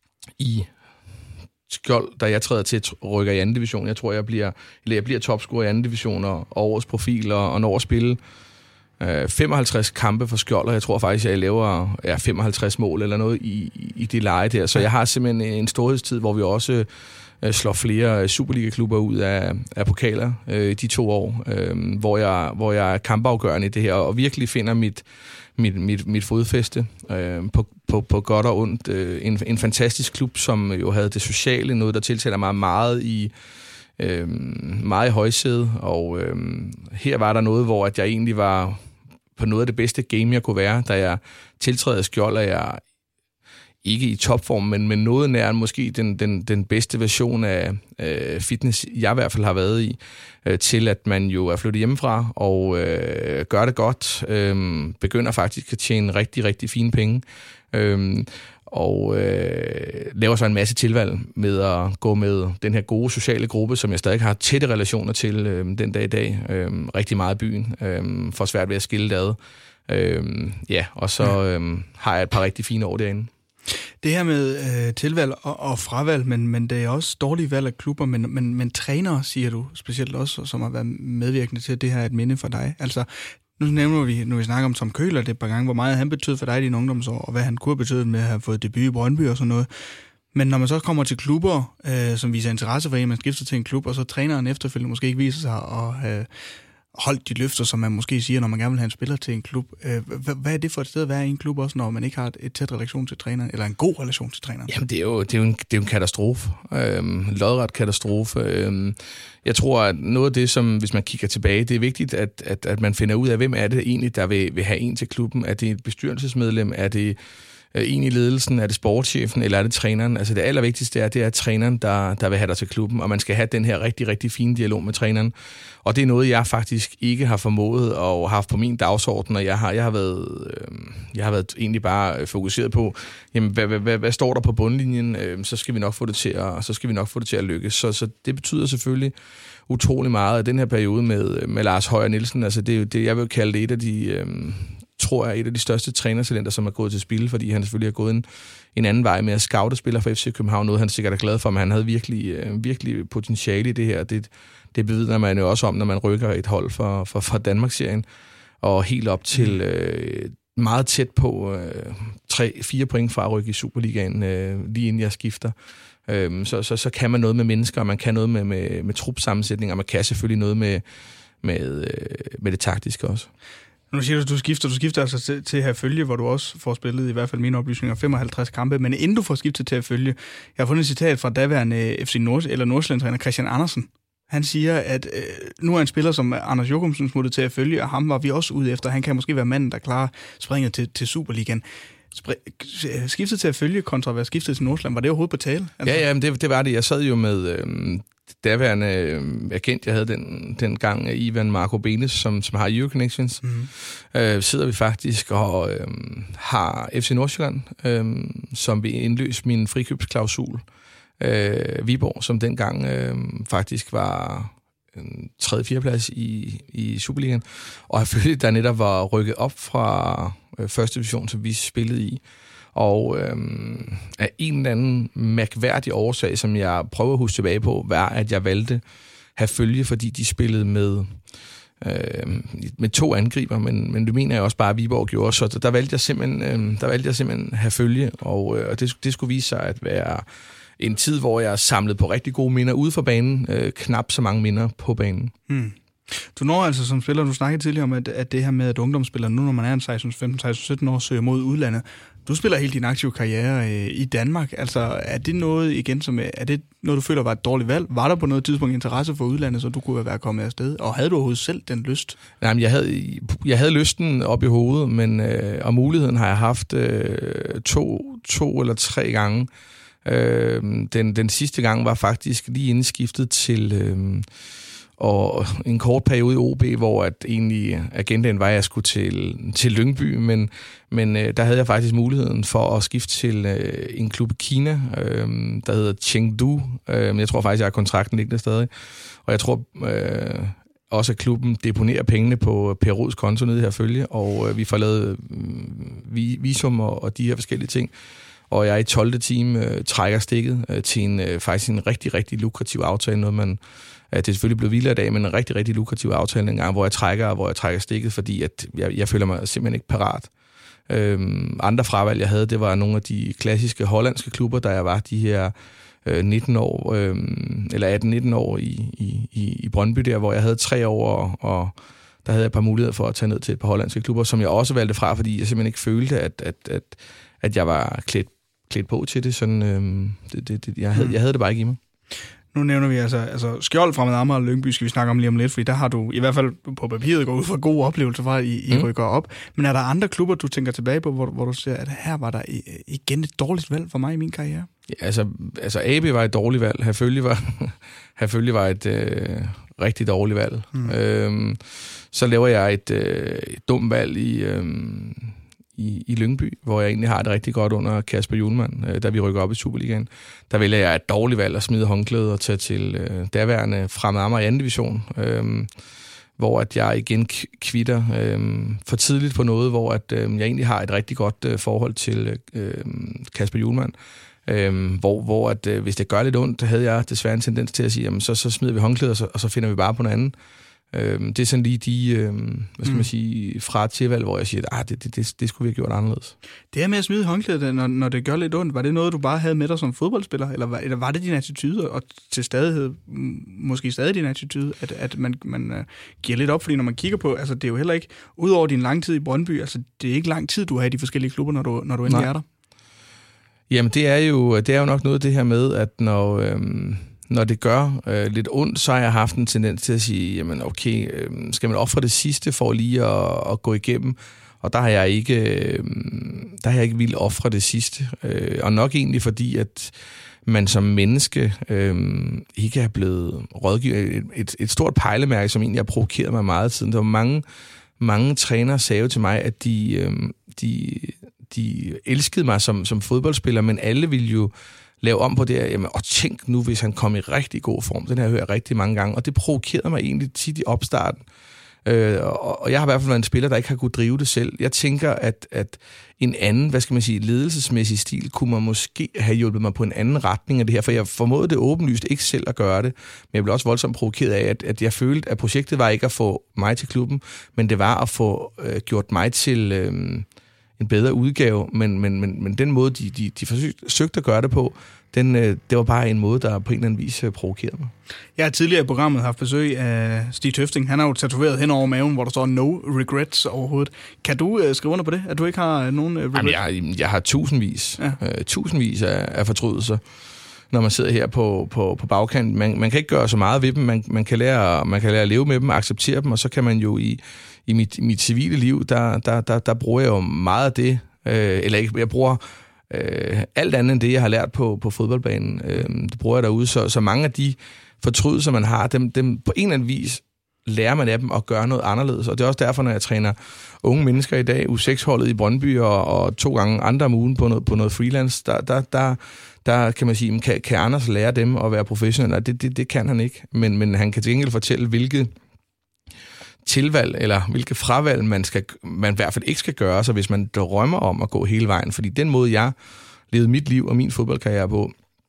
i Skjold, da jeg træder til rykker i anden division. Jeg tror, jeg bliver, eller jeg bliver topscorer i anden division og, og årets profil og, og når at spille øh, femoghalvtreds kampe for Skjold, og jeg tror faktisk, at jeg laver ja, femoghalvtreds mål eller noget i, i, i det leje der. Så jeg har simpelthen en storhedstid, hvor vi også slår flere Superliga-klubber ud af, af pokaler øh, de to år, øh, hvor, jeg, hvor jeg er kampafgørende i det her, og virkelig finder mit, mit, mit, mit fodfæste øh, på, på, på godt og ondt. Øh, en, en fantastisk klub, som jo havde det sociale, noget der tiltaler mig meget i, øh, meget i højsædet, og øh, her var der noget, hvor at jeg egentlig var på noget af det bedste game, jeg kunne være, da jeg tiltræder Skjold, og jeg ikke i topform, men, men noget nær måske den, den, den bedste version af øh, fitness, jeg i hvert fald har været i, øh, til at man jo er flyttet hjemmefra og øh, gør det godt, øh, begynder faktisk at tjene rigtig, rigtig fine penge, øh, og øh, laver så en masse tilvalg med at gå med den her gode sociale gruppe, som jeg stadig har tætte relationer til øh, den dag i dag, øh, rigtig meget i byen, øh, for svært ved at skille det ad. Øh, ja, og så øh, har jeg et par rigtig fine år derinde. Det her med øh, tilvalg og, og fravalg, men, men det er også dårlige valg af klubber, men, men, men trænere, siger du specielt også, som har været medvirkende til, at det her er et minde for dig. Altså, nu nævner vi, når vi snakker om Tom Køhlert det et par gange, hvor meget han betød for dig i dine ungdomsår, og hvad han kunne betyde med at have fået debut i Brøndby og sådan noget. Men når man så kommer til klubber, øh, som viser interesse for en, man skifter til en klub, og så træneren efterfølgende måske ikke viser sig at have holdt de løfter, som man måske siger, når man gerne vil have en spiller til en klub. Hvad er det for et sted at være i en klub også, når man ikke har et tæt relation til træneren, eller en god relation til træneren? Jamen, det er jo, det er jo, en, det er jo en katastrofe. Øhm, lodret katastrofe. Øhm, jeg tror, at noget af det, som hvis man kigger tilbage, det er vigtigt, at, at, at man finder ud af, hvem er det egentlig, der vil, vil have en til klubben. Er det et bestyrelsesmedlem? Er det en i ledelsen, er det sportschefen, eller er det træneren? Altså det allervigtigste er, det er træneren, der, der vil have dig til klubben, og man skal have den her rigtig, rigtig fine dialog med træneren. Og det er noget, jeg faktisk ikke har formået og haft på min dagsorden, og jeg har, jeg har, været, øh, jeg har været egentlig bare fokuseret på, jamen, hvad, hvad, hvad, hvad står der på bundlinjen? Øh, så skal vi nok få det til at, så skal vi nok få det til at lykkes. Så, så det betyder selvfølgelig utrolig meget af den her periode med, med Lars Højer Nielsen. Altså det er jo det, jeg vil kalde det et af de... Øh, tror jeg er et af de største trænertalenter, som er gået til spil, fordi han selvfølgelig har gået en, en anden vej med at scoute spillere for F C København, noget han sikkert er glad for, men han havde virkelig, øh, virkelig potentiale i det her. Det, det bevidner man jo også om, når man rykker et hold fra, fra, fra Danmarksserien, og helt op til øh, meget tæt på øh, tre, fire point fra at rykke i Superligaen, øh, lige inden jeg skifter. Øh, så, så, så kan man noget med mennesker, og man kan noget med, med, med trupsammensætning, og man kan selvfølgelig noget med, med, øh, med det taktiske også. Nu siger du, at du skifter. Du skifter altså til, til Herfølge, hvor du også får spillet, i hvert fald mine oplysninger, femoghalvtreds kampe. Men inden du får skiftet til Herfølge, jeg har fundet et citat fra daværende F C Nord- eller Nordsjælland-træner Christian Andersen. Han siger, at øh, nu er en spiller som Anders Jochumsen smuttet til Herfølge, og ham var vi også ude efter. Han kan måske være manden, der klarer springet til, til Superligaen. Spr- skiftet til Herfølge kontra at være skiftet til Nordsjælland, var det overhovedet på tale? Altså? Ja, ja, men det, det var det. Jeg sad jo med... Øh... daværende øh, agent, jeg havde den, den gang, Ivan Marco Benes, som, som har Euroconnections, mm-hmm. øh, sidder vi faktisk og øh, har F C Nordsjælland, øh, som vil indløse min frikøbsklausul. Øh, Viborg, som dengang øh, faktisk var en tredje fjerde plads i, i Superligaen, og selvfølgelig der netop var rykket op fra øh, første division, som vi spillede i. Og øhm, af en eller anden mærkværdig årsag, som jeg prøver at huske tilbage på, var, at jeg valgte Herfølge, fordi de spillede med, øh, med to angriber, men, men det mener jeg også bare, at Viborg gjorde. Så der valgte jeg simpelthen, øh, der valgte jeg simpelthen Herfølge, og, øh, og det, det skulle vise sig at være en tid, hvor jeg samlede på rigtig gode minder ude for banen, øh, knap så mange minder på banen. Hmm. Du når altså som spiller, du snakkede tidligere om, at, at det her med, at ungdomsspillere nu, når man er en seksten, femten, seksten, sytten år, søger mod udlandet. Du spiller hele din aktive karriere øh, i Danmark. Altså, er det noget, igen, som er det noget, du føler var et dårligt valg? Var der på noget tidspunkt interesse for udlandet, så du kunne være kommet afsted? Og havde du overhovedet selv den lyst? Jamen, jeg havde, jeg havde lysten op i hovedet, men øh, og muligheden har jeg haft øh, to, to eller tre gange. Øh, den, den sidste gang var faktisk lige inden skiftet til... Øh, og en kort periode i O B, hvor at egentlig agendaen var, at jeg skulle til, til Lyngby, men, men øh, der havde jeg faktisk muligheden for at skifte til øh, en klub i Kina, øh, der hedder Chengdu. Øh, jeg tror faktisk, jeg har kontrakten liggende stadig. Og jeg tror øh, også, at klubben deponerer pengene på Per Rods konto nede i Herfølge, og øh, vi får lavet øh, visum og, og de her forskellige ting. Og jeg i tolvte time øh, trækker stikket øh, til en, øh, faktisk en rigtig, rigtig lukrativ aftale, noget man... Det er selvfølgelig blevet vildere i dag, men en rigtig, rigtig lukrativ aftale en gang, hvor jeg trækker, hvor jeg trækker stikket, fordi at jeg, jeg føler mig simpelthen ikke parat. Øhm, andre fravalg, jeg havde, det var nogle af de klassiske hollandske klubber, der jeg var de her øh, nitten år, øh, eller atten nitten år i, i, i Brøndby der, hvor jeg havde tre år, og, og der havde jeg et par muligheder for at tage ned til et par hollandske klubber, som jeg også valgte fra, fordi jeg simpelthen ikke følte, at, at, at, at jeg var klædt, klædt på til det. Sådan, øh, det, det, det jeg, havde, jeg havde det bare ikke i mig. Nu nævner vi altså, altså Skjold, Fremad Amager og Lyngby skal vi snakke om lige om lidt, fordi der har du i hvert fald på papiret gået ud fra gode oplevelser fra, at I, I mm. rykker op. Men er der andre klubber, du tænker tilbage på, hvor, hvor du siger, at her var der igen et dårligt valg for mig i min karriere? Ja, altså, altså A B var et dårligt valg. Herfølge var, Herfølge var et øh, rigtig dårligt valg. Mm. Øhm, så laver jeg et, øh, et dumt valg i... Øh, I, i Lyngby, hvor jeg egentlig har det rigtig godt under Kasper Hjulmand, øh, da vi rykker op i Superligaen. Der vælger jeg et dårligt valg at smide håndklædet og tage til øh, derværende Fremad Amager i anden division, øh, hvor at jeg igen kvitter øh, for tidligt på noget, hvor at, øh, jeg egentlig har et rigtig godt øh, forhold til øh, Kasper Hjulmand. Øh, hvor hvor at, øh, hvis det gør lidt ondt, havde jeg desværre en tendens til at sige, jamen, så, så smider vi håndklædet, og så, og så finder vi bare på noget andet. Det er sådan lige de, hvad skal man sige, fra tilvalg, hvor jeg siger, at det, det, det, det skulle vi have gjort anderledes. Det her med at smide håndklædet, når, når det gør lidt ondt, var det noget, du bare havde med dig som fodboldspiller? Eller var, eller var det din attitude, og til stadighed, måske stadig din attitude, at, at man, man uh, giver lidt op? Fordi når man kigger på, altså det er jo heller ikke, udover din lang tid i Brøndby, altså det er ikke lang tid, du har i de forskellige klubber, når du, når du endelig er der. Jamen det er, jo, det er jo nok noget af det her med, at når... Øhm Når det gør øh, lidt ondt, så har jeg haft en tendens til at sige, jamen okay, øh, skal man ofre det sidste for lige at, at gå igennem Og der har jeg ikke, øh, der har jeg ikke vildt ofre det sidste. Øh, og nok egentlig fordi, at man som menneske øh, ikke er blevet rådgivet. Et, et, et stort pejlemærke, som egentlig har provokeret mig meget siden. Der var mange, mange trænere sagde til mig, at de, øh, de, de elskede mig som, som fodboldspiller, men alle ville jo lave om på det her. Jamen, og tænk nu, hvis han kom i rigtig god form. Den har jeg hørt rigtig mange gange, og det provokerede mig egentlig tit i opstarten. Øh, og, og jeg har i hvert fald været en spiller, der ikke har kunnet drive det selv. Jeg tænker, at, at en anden, hvad skal man sige, ledelsesmæssig stil, kunne man måske have hjulpet mig på en anden retning af det her, for jeg formåede det åbenlyst ikke selv at gøre det, men jeg blev også voldsomt provokeret af, at, at jeg følte, at projektet var ikke at få mig til klubben, men det var at få øh, gjort mig til øh, en bedre udgave, men, men, men, men den måde, de, de, de forsøgte at gøre det på, Den, det var bare en måde, der på en eller anden vis provokerede mig. Jeg har tidligere i programmet haft besøg af Stig Tøfting. Han har jo tatoveret hen over maven, hvor der står no regrets overhovedet. Kan du uh, skrive under på det, at du ikke har nogen uh, regrets? Jamen, jeg, jeg har tusindvis, ja. uh, tusindvis af, af fortrydelser, når man sidder her på, på, på bagkant. Man, man kan ikke gøre så meget ved dem. Man, man, kan lære, man kan lære at leve med dem og acceptere dem, og så kan man jo i, i mit, mit civile liv, der, der, der, der bruger jeg jo meget af det. Uh, eller ikke, jeg bruger Uh, alt andet end det, jeg har lært på, på fodboldbanen, uh, det bruger jeg derude. Så, så mange af de fortrydelser, man har, dem, dem på en eller anden vis lærer man af dem at gøre noget anderledes. Og det er også derfor, når jeg træner unge mennesker i dag, U seks-holdet i Brøndby og, og to gange andre om ugen på noget, på noget freelance, der, der, der, der kan man sige, kan, kan Anders lære dem at være professionel? Det, det, det kan han ikke. Men, men han kan til gengæld fortælle, hvilket tilvalg, eller hvilke fravalg man, skal, man i hvert fald ikke skal gøre, så hvis man drømmer om at gå hele vejen. Fordi den måde, jeg levede mit liv og min fodboldkarriere på,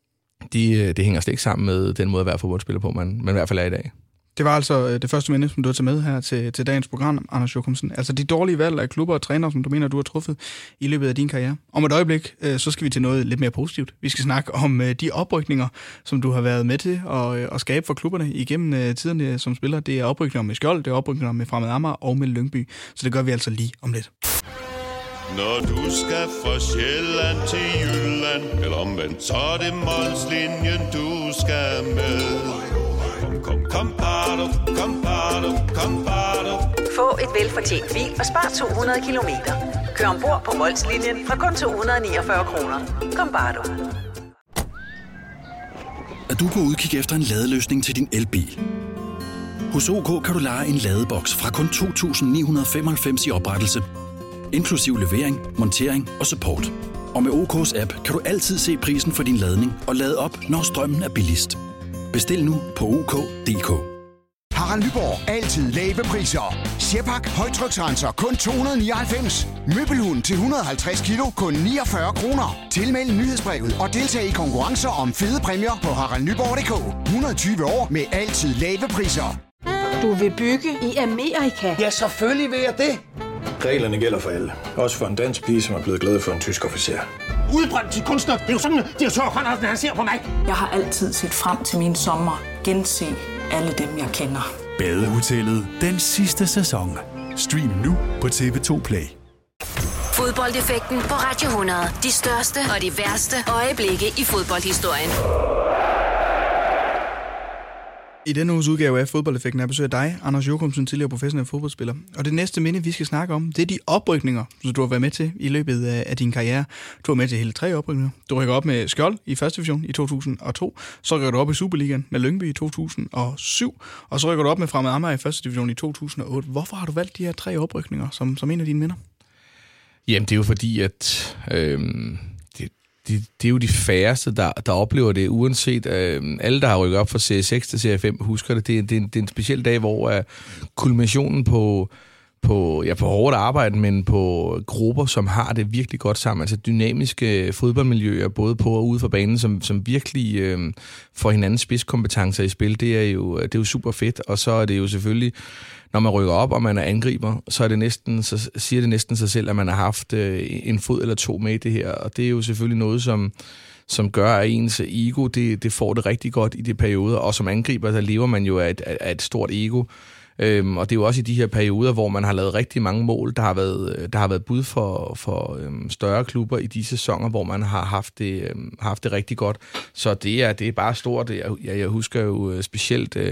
det, det hænger slet ikke sammen med den måde at være fodboldspiller på, man, man i hvert fald er i dag. Det var altså det første minde, som du har taget med her til, til dagens program, Anders Jochumsen. Altså de dårlige valg af klubber og trænere, som du mener, du har truffet i løbet af din karriere. Om et øjeblik, så skal vi til noget lidt mere positivt. Vi skal snakke om de oprykninger, som du har været med til at, at skabe for klubberne igennem tiderne som spiller. Det er oprykninger med Skjold, det er oprykninger med Fremad Amager og med Lyngby. Så det gør vi altså lige om lidt. Når du skal fra Sjælland til Jylland, eller omvendt, så er det Molslinjen, du skal med. Kom, kom, kom, bado, kom, bado, kom, bado. Få et velfortjent bil og spar to hundrede kilometer. Kør ombord på Molslinjen fra kun to hundrede niogfyrre kroner. Kom, bado. Er du på udkig efter en ladeløsning til din elbil? Hos OK kan du leje en ladeboks fra kun to tusind ni hundrede femoghalvfems i oprettelse, inklusiv levering, montering og support. Og med O K's app kan du altid se prisen for din ladning og lade op, når strømmen er billigst. Bestil nu på O K punktum D K. Harald Nyborg. Altid lave priser. Sjehpak højtryksrenser kun to hundrede nioghalvfems. Møbelhund til et hundrede og halvtreds kilo kun niogfyrre kroner. Tilmeld nyhedsbrevet og deltag i konkurrencer om fede præmier på harald nyborg punktum d k. et hundrede og tyve år med altid lave priser. Du vil bygge i Amerika? Ja, selvfølgelig vil jeg det. Reglerne gælder for alle. Også for en dansk pige, som er blevet glad for en tysk officer. Udbrændt til kunstner. Det er jo sådan, at de har tørt, han ser på mig. Jeg har altid set frem til min sommer. Gense alle dem, jeg kender. Badehotellet. Den sidste sæson. Stream nu på T V to Play. Fodboldeffekten på Radio hundrede. De største og de værste øjeblikke i fodboldhistorien. I denne uges udgave af Fodboldeffekten er besøg af dig, Anders Jochumsen, tidligere professionel fodboldspiller. Og det næste minde, vi skal snakke om, det er de oprykninger, som du har været med til i løbet af din karriere. Du har med til hele tre oprykninger. Du rykker op med Skjold i første division i to tusind og to, så rykker du op i Superligaen med Lyngby i to tusind og syv, og så rykker du op med Fremad Amager i første division i to tusind og otte. Hvorfor har du valgt de her tre oprykninger som, som en af dine minder? Jamen, det er jo fordi, at øhm, det, det, det er jo de færreste, der, der oplever det, uanset øhm, alle, der har rykket op fra serie seks til serie fem, husker det. Det, det, det er en speciel dag, hvor øh, kulminationen på, på, ja, på hårdt arbejde, men på grupper, som har det virkelig godt sammen. Altså dynamiske fodboldmiljøer, både på og ude for banen, som, som virkelig øh, får hinandens spidskompetencer i spil. Det er, jo, det er jo super fedt, og så er det jo selvfølgelig, når man rykker op, og man er angriber, så, er det næsten, så siger det næsten sig selv, at man har haft øh, en fod eller to med i det her. Og det er jo selvfølgelig noget, som, som gør, at ens ego det, det får det rigtig godt i de perioder. Og som angriber, der lever man jo af et, af et stort ego. Øhm, og det er jo også i de her perioder, hvor man har lavet rigtig mange mål. Der har været, der har været bud for, for øhm, større klubber i de sæsoner, hvor man har haft det, øhm, haft det rigtig godt. Så det er, det er bare stort. Jeg, jeg husker jo specielt... Øh,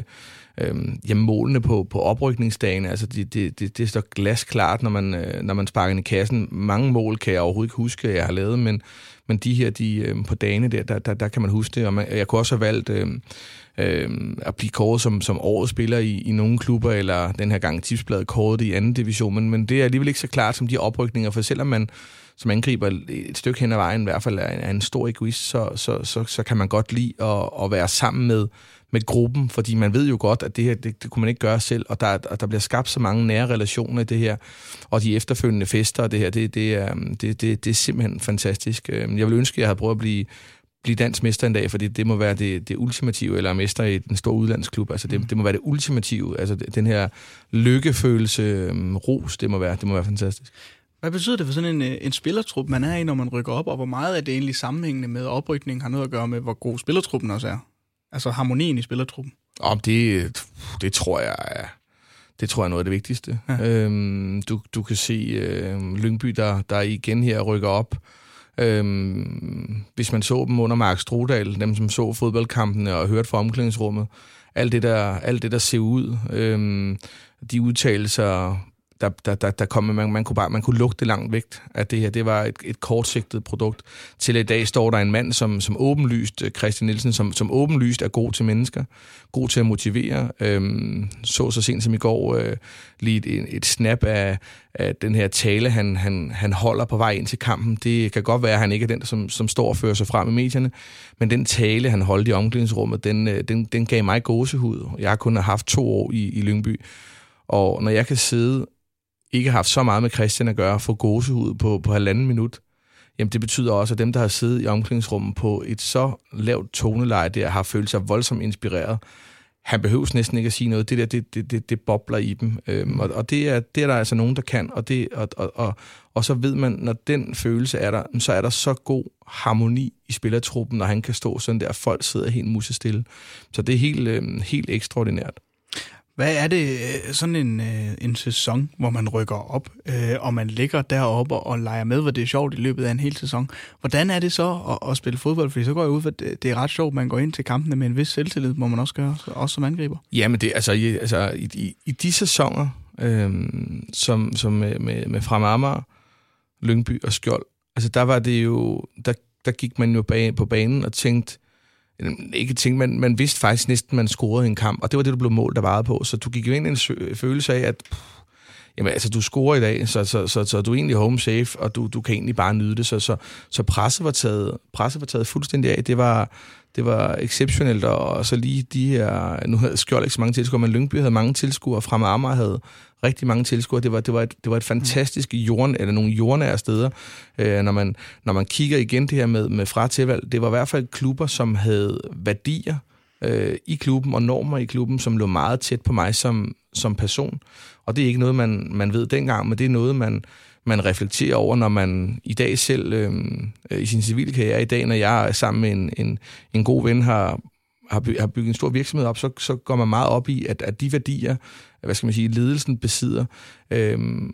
Øhm, ja, målene på, på oprykningsdagen, altså det, det, det, det står glasklart, når man, øh, når man sparker ind i kassen. Mange mål kan jeg overhovedet ikke huske, at jeg har lavet, men, men de her de, øh, på dagene der, der, der, der kan man huske det. Og man, jeg kunne også have valgt øh, øh, at blive kåret som, som årets spiller i, i nogle klubber, eller den her gang Tipsbladet kåret det i anden division, men, men det er alligevel ikke så klart som de oprykninger, for selvom man som angriber et stykke hen ad vejen, i hvert fald er en stor egoist, så, så, så, så kan man godt lide at, at være sammen med med gruppen, fordi man ved jo godt, at det her, det, det kunne man ikke gøre selv, og der, og der bliver skabt så mange nære relationer i det her, og de efterfølgende fester og det her, det, det, er, det, det, det er simpelthen fantastisk. Jeg vil ønske, at jeg havde prøvet at blive, blive dansk mester en dag, fordi det må være det, det ultimative, eller mester i en stor udlandsklub, altså det, det må være det ultimative, altså den her lykkefølelse, ros, det må være, det må være fantastisk. Hvad betyder det for sådan en, en spillertrup, man er i, når man rykker op, og hvor meget er det egentlig sammenhængende med oprykning har noget at gøre med, hvor god spillertruppen også er? Altså harmonien i spillertruppen? Om det, det tror jeg er, det tror jeg er noget af det vigtigste. Ja. Øhm, du, du kan se øh, Lyngby, der, der igen her rykker op. Øhm, hvis man så dem under Mark Strodal, dem som så fodboldkampene og hørte fra omklædningsrummet, alt det der, alt det der ser ud, øhm, de udtalelser, der, der, der, der kom, man, man, kunne bare, man kunne lugte langt væk, at det her det var et, et kortsigtet produkt. Til i dag står der en mand, som, som åbenlyst, Christian Nielsen, som, som åbenlyst er god til mennesker, god til at motivere. Øhm, så så sent som i går øh, lige et, et snap af, af den her tale, han, han, han holder på vej ind til kampen. Det kan godt være, at han ikke er den, som, som står og fører sig frem i medierne, men den tale, han holdt i omklædningsrummet, den, den, den gav mig gåsehud. Jeg har kun haft to år i, i Lyngby, og når jeg kan sidde ikke har haft så meget med Christian at gøre, få gåsehud på, på halvanden minut, jamen det betyder også, at dem, der har siddet i omklædningsrummet på et så lavt toneleje, der har følt sig voldsomt inspireret. Han behøves næsten ikke at sige noget. Det der, det, det, det, det bobler i dem. Øhm, og og det, er, det er der altså nogen, der kan. Og, det, og, og, og, og så ved man, når den følelse er der, så er der så god harmoni i spillertruppen, når han kan stå sådan der, folk sidder helt musestille. Så det er helt, øh, helt ekstraordinært. Hvad er det, sådan en, en sæson, hvor man rykker op, øh, og man ligger deroppe og leger med, hvor det er sjovt i løbet af en hel sæson? Hvordan er det så at, at spille fodbold? Fordi så går jeg ud, at det er ret sjovt, man går ind til kampene med en vis selvtillid, må man også gøre, også som angriber. Jamen, det, altså, i, altså, i, i, i de sæsoner, øh, som, som med, med, med Fremad Amager, Lyngby og Skjold, altså der var det jo, der, der gik man jo bag, på banen og tænkte, ikke tænkte, man, man vidste faktisk næsten, man scorede en kamp, og det var det, du blev målt, der varede på. Så du gik jo ind i en sø- følelse af, at pff, jamen, altså, du scorer i dag, så, så, så, så er du egentlig home safe, og du, du kan egentlig bare nyde det. Så, så, så presset, var taget, presset var taget fuldstændig af. Det var, det var exceptionelt, og så lige de her, nu havde Skjold ikke så mange tilskuere, men Lyngby havde mange tilskuere, Fremad Amager havde rigtig mange tilskuere. Det var, det var, et, det var et fantastisk jorden, eller nogle jordnære steder. Øh, når, man, når man kigger igen det her med, med fra tilvalg, det var i hvert fald klubber, som havde værdier øh, i klubben, og normer i klubben, som lå meget tæt på mig som, som person. Og det er ikke noget, man, man ved dengang, men det er noget, man, man reflekterer over, når man i dag selv, øh, i sin civile karriere i dag, når jeg er sammen med en, en, en god ven, har har bygget en stor virksomhed op, så, så går man meget op i, at, at de værdier, hvad skal man sige, ledelsen besidder, øhm,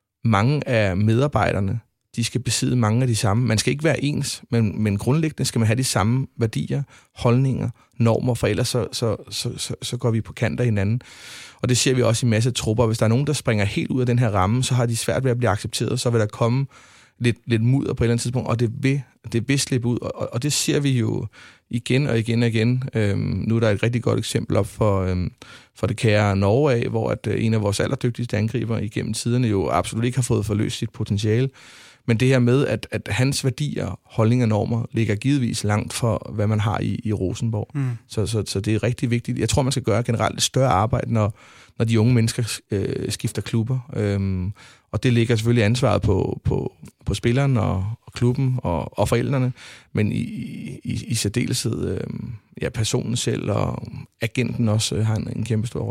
mange af medarbejderne, de skal besidde mange af de samme. Man skal ikke være ens, men, men grundlæggende skal man have de samme værdier, holdninger, normer, for ellers så, så, så, så, så går vi på kant af hinanden. Og det ser vi også i masse trupper. Hvis der er nogen, der springer helt ud af den her ramme, så har de svært ved at blive accepteret, så vil der komme lidt, lidt mudder på et eller andet tidspunkt, og det vil, det vil slippe ud, og, og det ser vi jo igen og igen og igen. Øhm, nu er der et rigtig godt eksempel op for, øhm, for det kære Norge af, hvor at, øh, en af vores allerdygtigste angriber igennem tiderne jo absolut ikke har fået forløst sit potentiale. Men det her med, at, at hans værdier, holdninger og normer ligger givetvis langt for, hvad man har i, i Rosenborg. Mm. Så, så, så det er rigtig vigtigt. Jeg tror, man skal gøre generelt et større arbejde, når, når de unge mennesker øh, skifter klubber. Øhm, og det ligger selvfølgelig ansvaret på, på, på spilleren og, og klubben og, og forældrene, men i, i, i særdeleshed øh, ja, personen selv og agenten også øh, har en, en kæmpe stor rolle.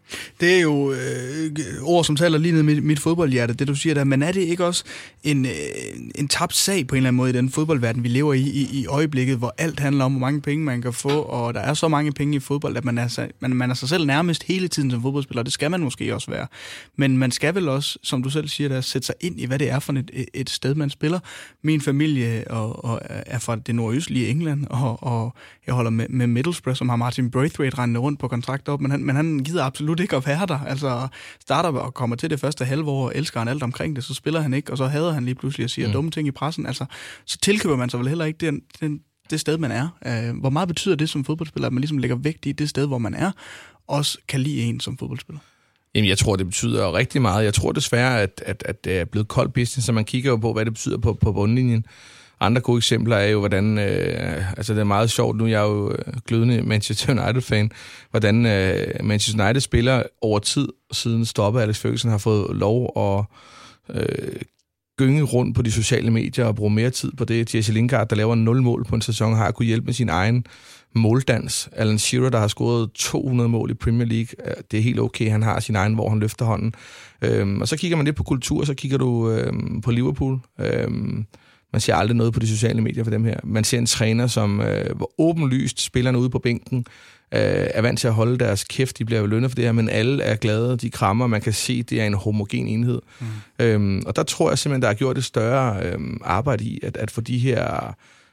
Det er jo øh, ord, som taler lige ned i mit, mit fodboldhjerte, det du siger der, men er det ikke også en, øh, en tabt sag på en eller anden måde i den fodboldverden, vi lever i, i i øjeblikket, hvor alt handler om, hvor mange penge man kan få, og der er så mange penge i fodbold, at man er, man, man er sig selv nærmest hele tiden som fodboldspiller, og det skal man måske også være. Men man skal vel også, som du selv siger, der, sætte sig ind i, hvad det er for et, et sted, man spiller. Min familie og, og er fra det nordøstlige England, og, og jeg holder med, med Middlesbrough, som har Martin Braithwaite rendende rundt på kontrakt op, men han, men han gider absolut ikke at være der. Altså starter og kommer til det første halve år, elsker han alt omkring det, så spiller han ikke, og så hader han lige pludselig at sige mm. dumme ting i pressen. Altså, så tilkøber man sig vel heller ikke den, den, det sted, man er. Uh, hvor meget betyder det som fodboldspiller, at man ligesom lægger vægt i det sted, hvor man er, også kan lide en som fodboldspiller? Jamen, jeg tror, det betyder rigtig meget. Jeg tror desværre, at, at, at det er blevet kold business, så man kigger jo på, hvad det betyder på, på bundlinjen. Andre gode eksempler er jo, hvordan, øh, altså det er meget sjovt, nu er jeg jo glødende Manchester United-fan, hvordan øh, Manchester United spiller over tid, siden stoppet Alex Ferguson har fået lov at øh, gynge rundt på de sociale medier og bruge mere tid på det. Jesse Lingard, der laver nul mål på en sæson, har kunnet hjælpe med sin egen måldans. Alan Shearer, der har scoret to hundrede mål i Premier League, det er helt okay, han har sin egen, hvor han løfter hånden. Øhm, og så kigger man lidt på kultur, så kigger du øhm, på Liverpool. Øhm, Man ser aldrig noget på de sociale medier for dem her. Man ser en træner, som øh, hvor åbenlyst spillerne ude på bænken øh, er vant til at holde deres kæft. De bliver jo lønnet for det her, men alle er glade, de krammer. Man kan se, det er en homogen enhed. Mm. Øhm, og der tror jeg simpelthen, der har gjort et større øh, arbejde i, at, at få de her...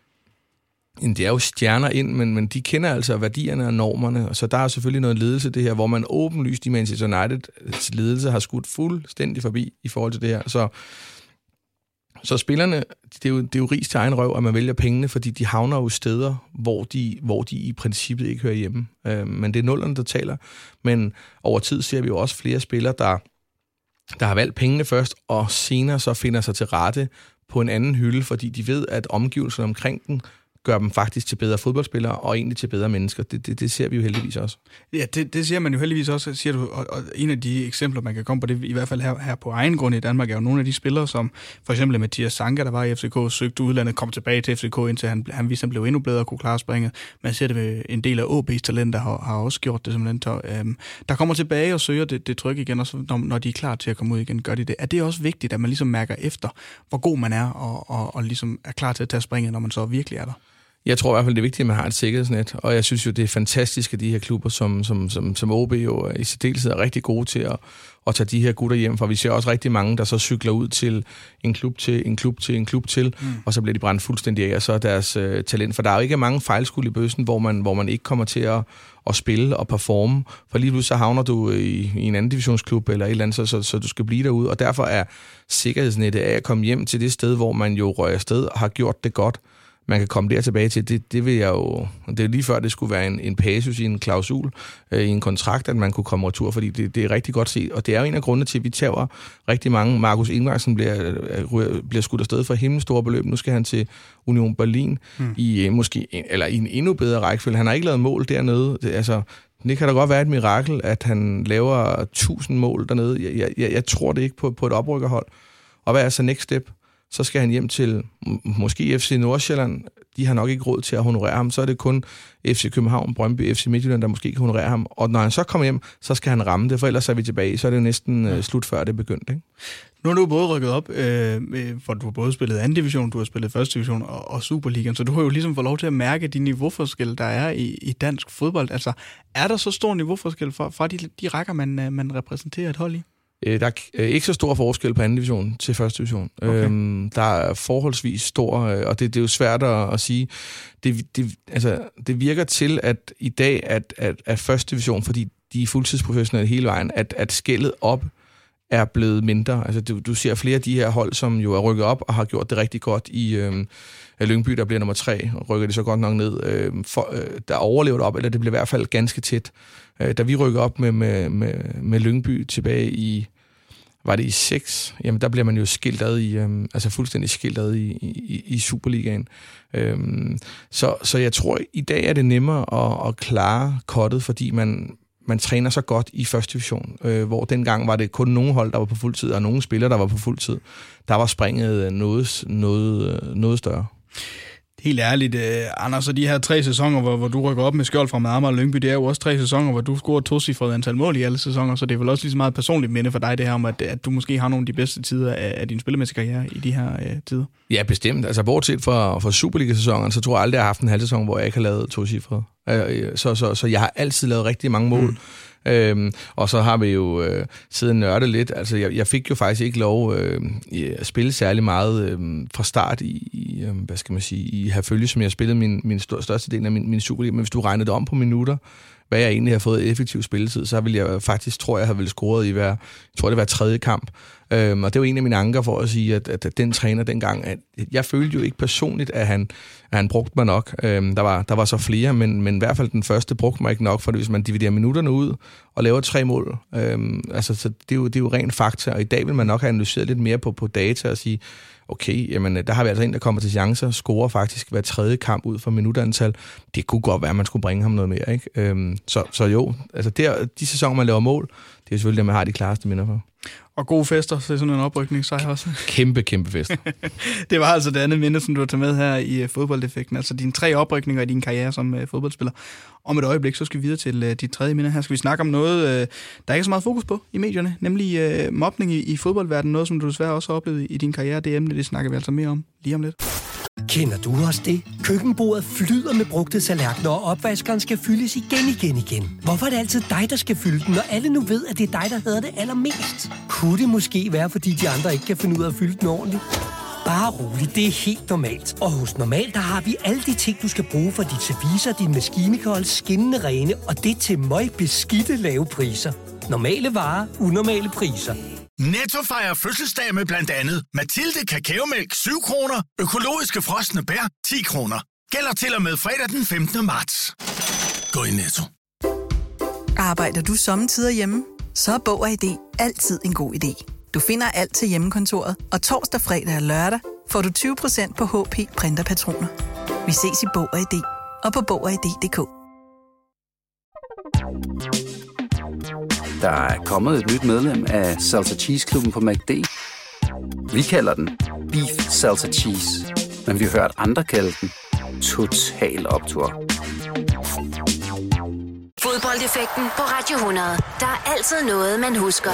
Det er jo stjerner ind, men, men de kender altså værdierne og normerne. Så der er selvfølgelig noget ledelse det her, hvor man åbenlyst i Manchester Uniteds ledelse har skudt fuldstændig forbi i forhold til det her. Så Så spillerne, det er, jo, det er jo ris til egen røv, at man vælger pengene, fordi de havner jo steder, hvor de, hvor de i princippet ikke hører hjemme. Øh, men det er nullerne, der taler. Men over tid ser vi jo også flere spillere, der, der har valgt pengene først, og senere så finder sig til rette på en anden hylde, fordi de ved, at omgivelserne omkring den gør dem faktisk til bedre fodboldspillere, og egentlig til bedre mennesker. Det, det, det ser vi jo heldigvis også. Ja, det, det ser man jo heldigvis også, siger du, og, og en af de eksempler, man kan komme på det, i hvert fald her, her på egen grund i Danmark, er jo nogle af de spillere, som for eksempel Mathias Sanka, der var i F C K, søgte udlandet, kom tilbage til F C K, indtil han, han viste, han blev endnu bedre og kunne klare springet. Man ser det med en del af O B's talenter, har, har også gjort det simpelthen. Så, øhm, der kommer tilbage og søger det, det tryk igen, og så, når, når de er klar til at komme ud igen, gør de det. Er det også vigtigt, at man ligesom mærker efter, hvor god man er, og, og, og ligesom er klar til at tage springet, når man så virkelig er der? Jeg tror i hvert fald, det er vigtigt, at man har et sikkerhedsnet, og jeg synes jo, det er fantastisk, at de her klubber, som, som, som, som O B jo i særdeleshed er rigtig gode til at, at tage de her gutter hjem, for vi ser også rigtig mange, der så cykler ud til en klub til, en klub til, en klub til, mm. og så bliver de brændt fuldstændig af, og så er deres øh, talent. For der er jo ikke mange fejlskud i bøssen, hvor man, hvor man ikke kommer til at, at spille og performe, for lige pludselig så havner du i, i en anden divisionsklub eller et eller andet, så, så, så du skal blive derude, og derfor er sikkerhedsnettet af at komme hjem til det sted, hvor man jo rører afsted og har gjort det godt, man kan komme der tilbage til, det, det vil jeg jo... Det er lige før, det skulle være en, en passus i en klausul, øh, i en kontrakt, at man kunne komme retur, fordi det, det er rigtig godt set. Og det er jo en af grundene til, at vi tager rigtig mange. Markus Ingvartsen bliver, bliver skudt afsted for himmelstore store beløb. Nu skal han til Union Berlin hmm. i måske eller i en endnu bedre rækkefølge. Han har ikke lavet mål dernede. Det, altså, det kan da godt være et mirakel, at han laver tusind mål dernede. Jeg, jeg, jeg tror det ikke på, på et oprykkerhold. Og hvad er så next step? Så skal han hjem til måske F C Nordsjælland. De har nok ikke råd til at honorere ham. Så er det kun F C København, Brøndby, F C Midtjylland, der måske kan honorere ham. Og når han så kommer hjem, så skal han ramme det, for ellers er vi tilbage. Så er det jo næsten ja. slut før det begyndte. Ikke? Nu er du både rykket op, øh, for du har både spillet anden division, du har spillet første division og, og Superligaen, så du har jo ligesom fået lov til at mærke de niveauforskelle, der er i, i dansk fodbold. Altså, er der så stor niveauforskel fra, fra de, de rækker, man, man repræsenterer et hold i? Der er ikke så stor forskel på anden division til første division. Okay. Øhm, der er forholdsvis stor, og det, det er jo svært at, at sige. Det, det, altså, det virker til, at i dag, at, at, at første division, fordi de er fuldtidsprofessionelle hele vejen, at, at skældet op er blevet mindre. Altså, du, du ser flere af de her hold, som jo er rykket op og har gjort det rigtig godt i øhm, Lyngby, der bliver nummer tre, rykker de så godt nok ned. Øhm, for, øh, der overlever det op, eller det bliver i hvert fald ganske tæt. Øh, da vi rykker op med, med, med, med Lyngby tilbage i, var det i seks, jamen der bliver man jo skilt ad i, øhm, altså fuldstændig skilt ad i, i, i Superligaen. Øhm, så, så jeg tror, i dag er det nemmere at, at klare kottet, fordi man man træner så godt i første division, øh, hvor dengang var det kun nogle hold, der var på fuldtid, og nogle spillere, der var på fuldtid. Der var springet noget, noget, noget større. Det Helt ærligt, øh, Anders, og de her tre sæsoner, hvor, hvor du rykker op med skjold fra Amager og Lyngby, det er jo også tre sæsoner, hvor du scorer tocifret antal mål i alle sæsoner, så det er vel også lige så meget personligt minde for dig, det her om, at, at du måske har nogle af de bedste tider af, af din spillemæssige karriere i de her øh, tider. Ja, bestemt. Altså, bortset fra, fra Superliga-sæsonen, så tror jeg aldrig, jeg har haft en halv sæson, hvor jeg ikke har lavet tocifret. Øh, så, så, så jeg har altid lavet rigtig mange mål. Mm. Øhm, og så har vi jo øh, siddet nørdet lidt. Altså, jeg, jeg fik jo faktisk ikke lov øh, at spille særlig meget øh, fra start i, i øh, hvad skal man sige, i Herfølge, som jeg spillede min, min største del af min, min Superliga. Men hvis du regnede det om på minutter, hvad jeg egentlig har fået effektiv spilletid, så vil jeg faktisk, tror jeg, have vel scoret i hver, jeg tror det var tredje kamp. Øhm, og det var en af mine anker for at sige, at, at den træner dengang, at jeg følte jo ikke personligt, at han, at han brugte mig nok. Øhm, der, var, der var så flere, men, men i hvert fald den første brugte mig ikke nok, for hvis man dividerer minutterne ud og laver tre mål, øhm, altså, så det, er jo, det er jo ren fakta, og i dag vil man nok have analyseret lidt mere på, på data og sige, okay, jamen, der har vi altså en, der kommer til chancer, scorer faktisk hver tredje kamp ud for minutantal. Det kunne godt være, at man skulle bringe ham noget mere, ikke? Øhm, så, så jo, altså der, de sæsoner, man laver mål, det er selvfølgelig det, man har de klareste minder for. Og gode fester, så sådan en oprykning, så jeg også. Kæmpe, kæmpe fest. Det var altså det andet minde, som du har taget med her i uh, fodboldeffekten. Altså dine tre oprykninger i din karriere som uh, fodboldspiller. Om et øjeblik, så skal vi videre til uh, dit tredje minde. Her skal vi snakke om noget, uh, der ikke er så meget fokus på i medierne, nemlig uh, mobning i, i fodboldverdenen. Noget, som du desværre også har oplevet i din karriere. Det emne, det snakker vi altså mere om lige om lidt. Kender du også det? Køkkenbordet flyder med brugte tallerkener, og opvaskeren skal fyldes igen, igen, igen. Hvorfor er det altid dig, der skal fylde den, når alle nu ved, at det er dig, der hader det allermest? Kunne det måske være, fordi de andre ikke kan finde ud af at fylde den ordentligt? Bare roligt, det er helt normalt. Og hos Normal, der har vi alle de ting, du skal bruge for dit service og din maskinikold, skinnende rene, og det til møg beskidte lave priser. Normale varer, unormale priser. Netto fejrer fødselsdag med blandt andet Mathilde Kakaomælk syv kroner, økologiske frosne bær ti kroner. Gælder til og med fredag den femtende marts. Gå i Netto. Arbejder du sommetider hjemme? Så er Bog og I D altid en god idé. Du finder alt til hjemmekontoret, og torsdag, fredag og lørdag får du tyve procent på H P printerpatroner. Vi ses i Bog og I D og på bog og i d punktum d k. Der er kommet et nyt medlem af Salsa Cheese Klubben på McD. Vi kalder den Beef Salsa Cheese, men vi har hørt andre kalde den Total Optur. Fodboldeffekten på Radio hundrede. Der er altid noget, man husker.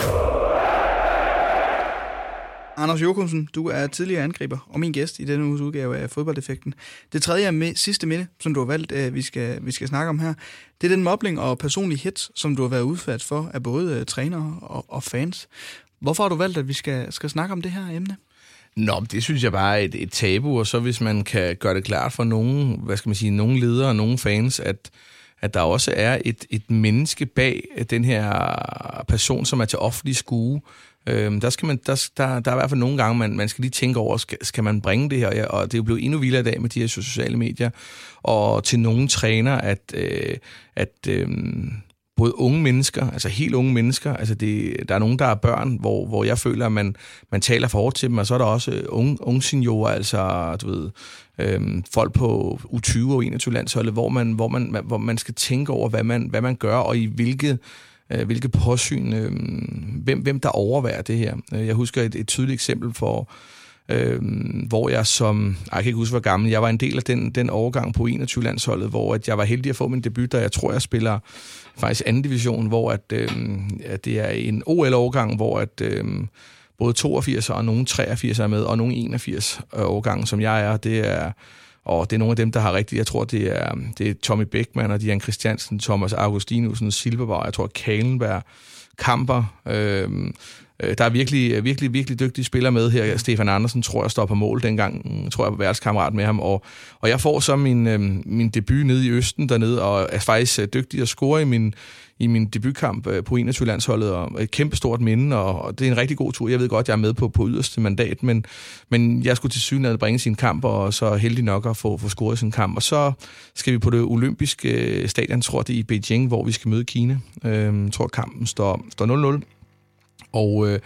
Anders Jochumsen, du er tidligere angriber og min gæst i denne uges udgave af Fodboldeffekten. Det tredje og med, sidste minde, som du har valgt, at vi skal, vi skal snakke om her, det er den mobning og personlige hits, som du har været udsat for af både uh, trænere og, og fans. Hvorfor har du valgt, at vi skal, skal snakke om det her emne? Nå, det synes jeg bare er et, et tabu, og så hvis man kan gøre det klart for nogen, hvad skal man sige, nogle ledere og nogle fans, at at der også er et, et menneske bag den her person, som er til offentlig skue. Øhm, der, skal man, der, der, der er i hvert fald nogle gange, man, man skal lige tænke over, skal, skal man bringe det her? Og det er jo blevet endnu vildere i dag med de her sociale medier. Og til nogle træner, at, øh, at øh, både unge mennesker, altså helt unge mennesker, altså det, der er nogen, der er børn, hvor, hvor jeg føler, at man, man taler for hårdt til dem, og så er der også unge, unge seniorer, altså du ved, øhm, folk på U tyve og enogtyve landsholdet, hvor man, hvor, man, hvor man skal tænke over, hvad man, hvad man gør, og i hvilke, øh, hvilke påsyn, øh, hvem, hvem der overværer det her. Jeg husker et, et tydeligt eksempel for, øh, hvor jeg som, jeg kan ikke huske, hvor gammel, jeg var en del af den, den overgang på enogtyve landsholdet, hvor at jeg var heldig at få min debut, da jeg tror, jeg spiller faktisk anden division, hvor at, øh, at det er en O L-overgang, hvor at øh, både toogfirs og nogle treogfirs er med, og nogle enogfirs årgange, som jeg er, det er, og det er nogle af dem, der har rigtigt, jeg tror, det er, det er Tommy Bækman og Jan Christiansen, Thomas Augustinusen, Silberberg, jeg tror, Kalenberg, Kamper, øh, der er virkelig, virkelig, virkelig dygtige spillere med her. Stefan Andersen tror jeg står på mål dengang, tror jeg var værtskammerat med ham, og, og jeg får så min, øh, min debut nede i Østen dernede, og er faktisk dygtig at score i min, i min debutkamp på enogtyve landsholdet, og et kæmpe stort minde, og det er en rigtig god tur. Jeg ved godt, jeg er med på, på yderste mandat, men, men jeg skulle til syvende bringe sin kamp, og så heldig nok at få, få scoret sin kamp. Og så skal vi på det olympiske stadion, tror det i Beijing, hvor vi skal møde Kina. Jeg øh, tror, kampen står, står nul nul. Og øh,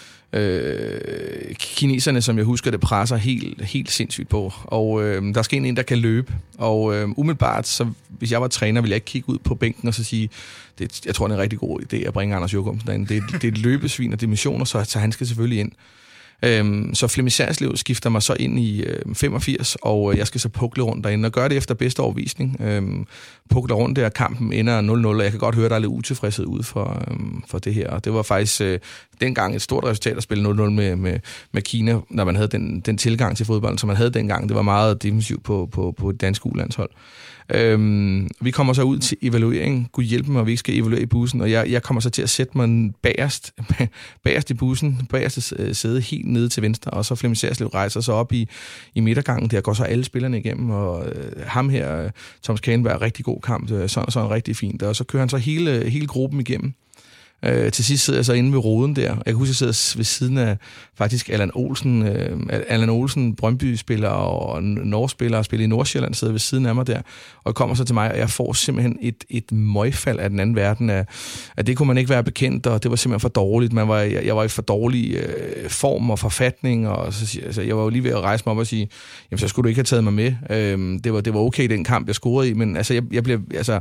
øh, kineserne, som jeg husker, det presser helt, helt sindssygt på. Og øh, der skal en, der kan løbe. Og øh, umiddelbart, så hvis jeg var træner, ville jeg ikke kigge ud på bænken og så sige, det, jeg tror, det er en rigtig god idé at bringe Anders Jochumsen derind. Det, det er et løbesvin og dimensioner, så, så han skal selvfølgelig ind. Øhm, så Flemming Sejerslev skifter mig så ind i øh, femogfirs, og jeg skal så pukle rundt derinde og gøre det efter bedste overvisning. Øhm, pukler rundt der, kampen ender nul nul, og jeg kan godt høre, der er lidt utilfredshed ud for, øhm, for det her. Og det var faktisk øh, dengang et stort resultat at spille nul nul med, med, med Kina, når man havde den, den tilgang til fodbolden, som man havde dengang. Det var meget defensivt på, på, på et dansk U-landshold. Øhm, vi kommer så ud til evaluering. Gud hjælpe mig, at vi ikke skal evaluere i bussen. Og jeg, jeg kommer så til at sætte mig bagerst, bagerst i bussen, bagerste sæde helt nede til venstre. Og så Flemming Sejerslev rejser så op i, i midtergangen. Der går så alle spillerne igennem. Og øh, ham her, Thomas Kagenberg, rigtig god kamp. Sådan, sådan rigtig fint. Og så kører han så hele, hele gruppen igennem. Øh, til sidst sidder jeg så inde ved roden der. Jeg kan huske, at jeg sidder ved siden af faktisk Allan Olsen. Øh, Allan Olsen, Brøndby-spiller og Norge-spiller, og spiller i Nordsjælland, sidder ved siden af mig der. Og det kommer så til mig, og jeg får simpelthen et, et møgfald af den anden verden. Af, at det kunne man ikke være bekendt, og det var simpelthen for dårligt. Man var, jeg, jeg var i for dårlig øh, form og forfatning, og så, altså, jeg var jo lige ved at rejse mig op og sige, jamen så skulle du ikke have taget mig med. Øh, det, var, det var okay, den kamp, jeg scorede i, men altså, jeg, jeg blev... Altså,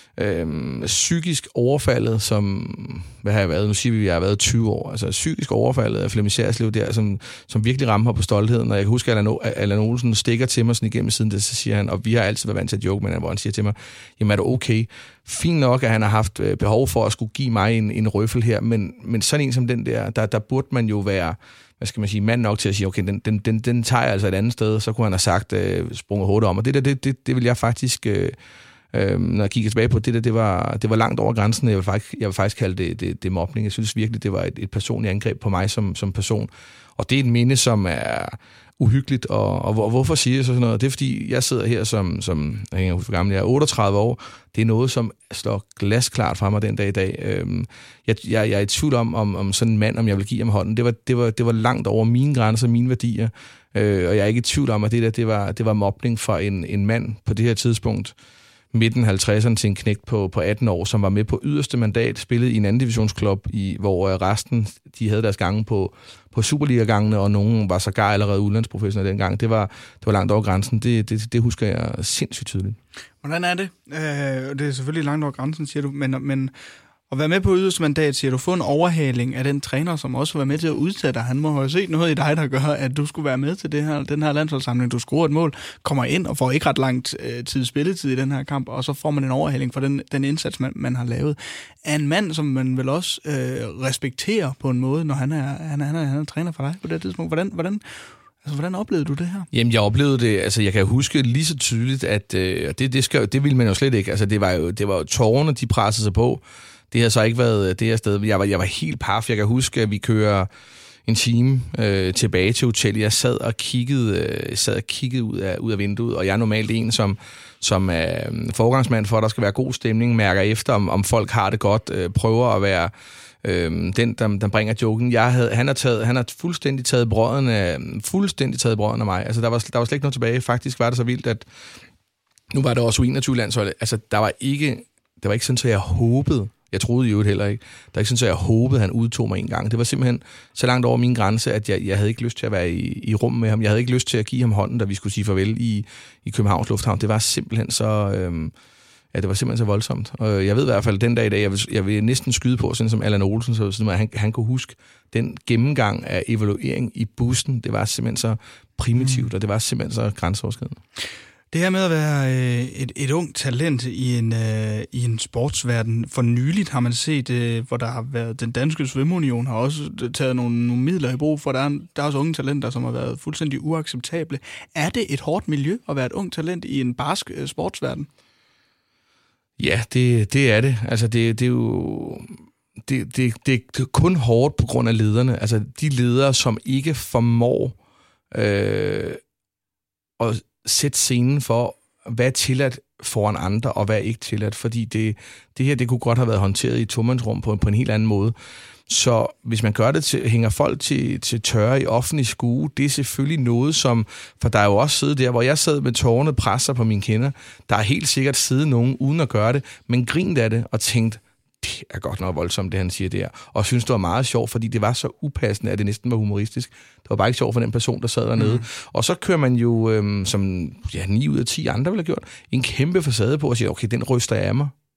Øhm, psykisk overfaldet, som, hvad har jeg været, nu siger vi, at jeg har været tyve år, altså psykisk overfaldet af Flemming Sejerslev der, som, som virkelig rammer på stoltheden, og jeg kan huske, at Allan, Allan Olsen stikker til mig sådan igennem siden det, så siger han, og vi har altid været vant til at joke, men hvor han siger til mig, jamen er du okay? Fint nok, at han har haft behov for at skulle give mig en, en røffel her, men, men sådan en som den der, der, der burde man jo være, hvad skal man sige, mand nok til at sige, okay, den, den, den, den tager jeg altså et andet sted, så kunne han have sagt, øh, sprunget hovedet om, og det der, det, det, det vil jeg faktisk... Øh, Øhm, når jeg kigger tilbage på det der, det var, det var langt over grænsen. Jeg vil faktisk, jeg vil faktisk kalde det, det, det mobning. Jeg synes virkelig, det var et, et personligt angreb på mig som, som person. Og det er et minde, som er uhyggeligt. Og, og, og hvorfor siger jeg så sådan noget? Det er, fordi jeg sidder her som, som jeg hænger for gammel, jeg er otteogtredive år. Det er noget, som står glasklart fra mig den dag i dag. Øhm, jeg, jeg, jeg er i tvivl om, om, om sådan en mand, om jeg vil give ham hånden. Det var, det var, det var langt over mine grænser, mine værdier. Øh, og jeg er ikke i tvivl om, at det der, det var, det var mobning for en, en mand på det her tidspunkt, midten halvtredserne til en knægt på, på atten år, som var med på yderste mandat, spillede i en anden divisionsklub, i, hvor resten de havde deres gange på, på Superliga-gangene, og nogen var sågar allerede udlandsprofessionelle dengang. Det var, det var langt over grænsen. Det, det, det husker jeg sindssygt tydeligt. Hvordan er det? Øh, det er selvfølgelig langt over grænsen, siger du, men... men at være med på yderste mandat, siger du, få en overhaling af den træner, som også var med til at udsætte dig. Han må have set noget i dig, der gør, at du skulle være med til det her, den her landsholdssamling. Du scorer et mål, kommer ind og får ikke ret lang øh, tid spilletid i den her kamp, og så får man en overhaling for den, den indsats, man, man har lavet. Af en mand, som man vel også øh, respekterer på en måde, når han er, han er, han er, han er træner for dig på det tidspunkt. Hvordan... hvordan Altså, hvordan oplevede du det her? Jamen, jeg oplevede det, altså, jeg kan huske lige så tydeligt, at øh, det, det, skal, det ville man jo slet ikke. Altså, det var jo, det var jo tårerne, de pressede sig på. Det har så ikke været det her sted. Jeg var, jeg var helt paf. Jeg kan huske, at vi kører en time øh, tilbage til hotellet. Jeg sad og kiggede, øh, sad og kiggede ud, af, ud af vinduet, og jeg er normalt en, som, som er forgangsmand for, at der skal være god stemning, mærker efter, om, om folk har det godt, øh, prøver at være øh, den, der, der bringer joken. Jeg havde, han, har taget, han har fuldstændig taget brøden af, fuldstændig taget brøden af mig. Altså, der var, der var slet ikke noget tilbage. Faktisk var det så vildt, at nu var det også U enogtyve-landshold. Altså, der var ikke, det var ikke sådan, at jeg håbede, jeg troede jo heller ikke. Der er ikke sådan, at jeg håbede, at han udtog mig en gang. Det var simpelthen så langt over min grænse, at jeg, jeg havde ikke lyst til at være i, i rum med ham. Jeg havde ikke lyst til at give ham hånden, da vi skulle sige farvel i, i Københavns Lufthavn. Det var simpelthen så, øhm, ja, det var simpelthen så voldsomt. Og jeg ved i hvert fald, den dag i dag, jeg vil, jeg vil næsten skyde på, sådan som Allan Olsen, så sådan, at han, han kunne huske den gennemgang af evaluering i bussen. Det var simpelthen så primitivt, mm. og det var simpelthen så grænseoverskridende. Det her med at være øh, et, et ungt talent i en, øh, i en sportsverden, for nyligt har man set, øh, hvor der har været, den danske svømmeunion har også taget nogle, nogle midler i brug, for der er, der er også unge talenter, som har været fuldstændig uacceptable. Er det et hårdt miljø at være et ungt talent i en barsk øh, sportsverden? Ja, det, det er det. Altså, det, det er jo... Det, det, det er kun hårdt på grund af lederne. Altså, de ledere, som ikke formår øh, at sætte scenen for, hvad er tilladt foran andre, og hvad er ikke tilladt. Fordi det, det her, det kunne godt have været håndteret i et tomandsrum på, på en helt anden måde. Så hvis man gør det til, hænger folk til, til tørre i offentlig skue, det er selvfølgelig noget, som, for der er jo også siddet der, hvor jeg sad med tårerne presser på mine kinder, der er helt sikkert siddet nogen uden at gøre det, men grint af det og tænkt, det er godt nok voldsomt, det han siger der. Og synes, det var meget sjovt, fordi det var så upassende, at det næsten var humoristisk. Det var bare ikke sjovt for den person, der sad dernede. Mm. Og så kører man jo, øhm, som ja, ni ud af ti andre ville have gjort, en kæmpe facade på og siger, okay, den ryster jeg af mig.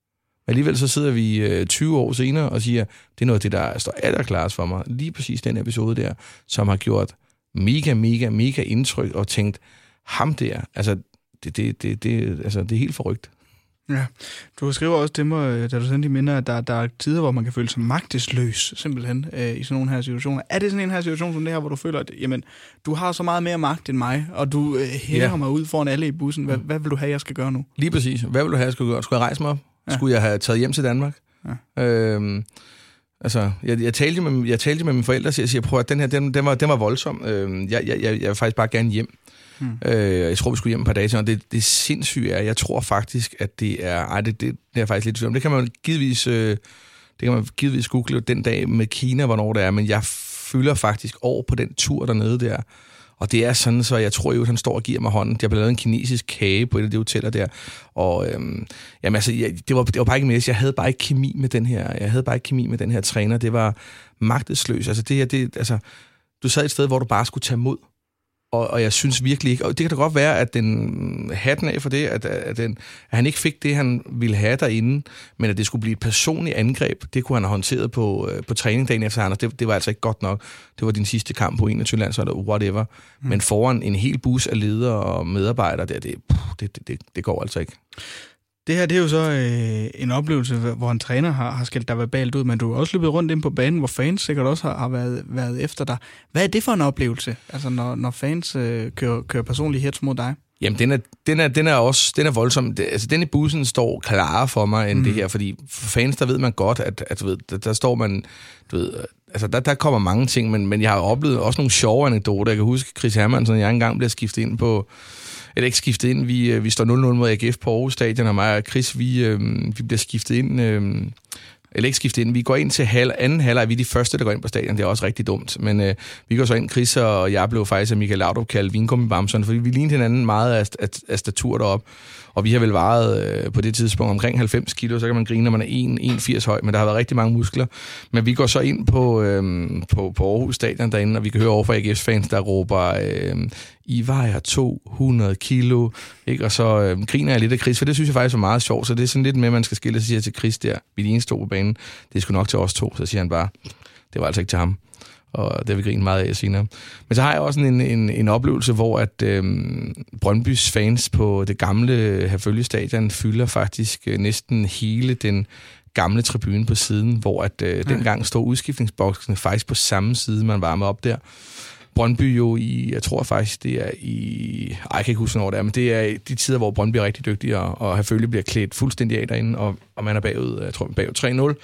Alligevel så sidder vi øh, tyve år senere og siger, det er noget af det, der står allerklarest for mig. Lige præcis den episode der, som har gjort mega, mega, mega indtryk og tænkt, ham der, altså det, det, det, det, altså, det er helt forrygt. Ja, du skriver også til mig, da du sendte de minder, at der, der er tider, hvor man kan føle sig magtesløs, simpelthen, øh, i sådan nogle her situationer. Er det sådan en her situation som det her, hvor du føler, at jamen, du har så meget mere magt end mig, og du øh, hænger ja. mig ud foran alle i bussen. Hvad, hvad vil du have, jeg skal gøre nu? Lige præcis. Hvad vil du have, jeg skal gøre? Skulle jeg rejse mig op? Ja. Skulle jeg have taget hjem til Danmark? Ja. Øhm, altså, jeg, jeg, talte med, jeg talte med mine forældre, og jeg siger, prøv at den her, den, den, var, den var voldsom. Øh, jeg, jeg, jeg vil faktisk bare gerne hjem. Hmm. Øh, jeg tror, vi skulle hjem et par dage til, og det, det sindssyge er, jeg tror faktisk, at det er, ej, det, det, det er faktisk lidt tvivl om. Det kan man givetvis, øh, det kan man givetvis google den dag med Kina, hvornår det er, men jeg fylder faktisk over på den tur dernede der, og det er sådan, så jeg tror jo, at han står og giver mig hånden. Jeg blev lavet en kinesisk kage på et af de hoteller der, og øhm, jamen altså, jeg, det, var, det var bare ikke mere, jeg havde bare ikke kemi med den her, jeg havde bare ikke kemi med den her træner, det var magtesløs. Altså det her, det, altså, du sad et sted, hvor du bare skulle tage mod. Og, og jeg synes virkelig ikke, og det kan da godt være, at den hatten af for det, at, at, den, at han ikke fik det, han ville have derinde, men at det skulle blive et personligt angreb, det kunne han have håndteret på, på træning dagen efter, Anders. Det, det var altså ikke godt nok. Det var din sidste kamp på enogtyve landshold, eller whatever. Mm. Men foran en hel bus af ledere og medarbejdere, der, det, det, det, det, det går altså ikke. Det her, det er jo så øh, en oplevelse, hvor en træner har, har skældt dig verbalt ud, men du har også løbet rundt ind på banen, hvor fans sikkert også har, har været, været efter dig. Hvad er det for en oplevelse, altså når, når fans øh, kører, kører personlige hits mod dig? Jamen, den er, den er, den er også den er voldsom. Altså, den i bussen står klarere for mig end mm. det her, fordi for fans, der ved man godt, at, at du ved, der, der står man, du ved, altså der, der kommer mange ting, men, men jeg har oplevet også nogle sjove anekdoter. Jeg kan huske Chris Hermansen, jeg engang blev skiftet ind på, eller ikke skiftet ind, vi, vi står nul nul mod A G F på Aarhus Stadion, og mig og Chris, vi, øh, vi bliver skiftet ind, øh, eller ikke skiftet ind, vi går ind til halv, anden halvleg, vi er de første, der går ind på stadion, det er også rigtig dumt, men øh, vi går så ind, Chris og jeg blev faktisk af Michael Laudrup kaldt vingummibamserne, fordi vi lignede hinanden meget af, af, af statur deroppe, og vi har vel vejet øh, på det tidspunkt omkring halvfems kilo, så kan man grine, når man er en komma firs høj, men der har været rigtig mange muskler. Men vi går så ind på, øh, på, på Aarhus Stadion derinde, og vi kan høre over fra A G F's fans, der råber, øh, I vejer to hundrede kilo, ikke? Og så øh, griner jeg lidt af Chris, for det synes jeg faktisk er meget sjovt, så det er sådan lidt med, at man skal skille sig siger til Chris der, vi er de eneste to på banen, det er sgu nok til os to, så siger han bare, det var altså ikke til ham. Og det har vi grinet meget af senere. Men så har jeg også en, en, en oplevelse, hvor at øhm, Brøndbys fans på det gamle Herfølge Stadion fylder faktisk øh, næsten hele den gamle tribune på siden, hvor at øh, ja. dengang stod udskiftningsboksene faktisk på samme side, man varmede op der. Brøndby jo i, jeg tror faktisk, det er i, ej, jeg kan ikke huske, hvornår det er, men det er de tider, hvor Brøndby er rigtig dygtig, og, og Herfølge bliver klædt fuldstændig af derinde, og, og man er bagud, jeg tror, bagud tre nul.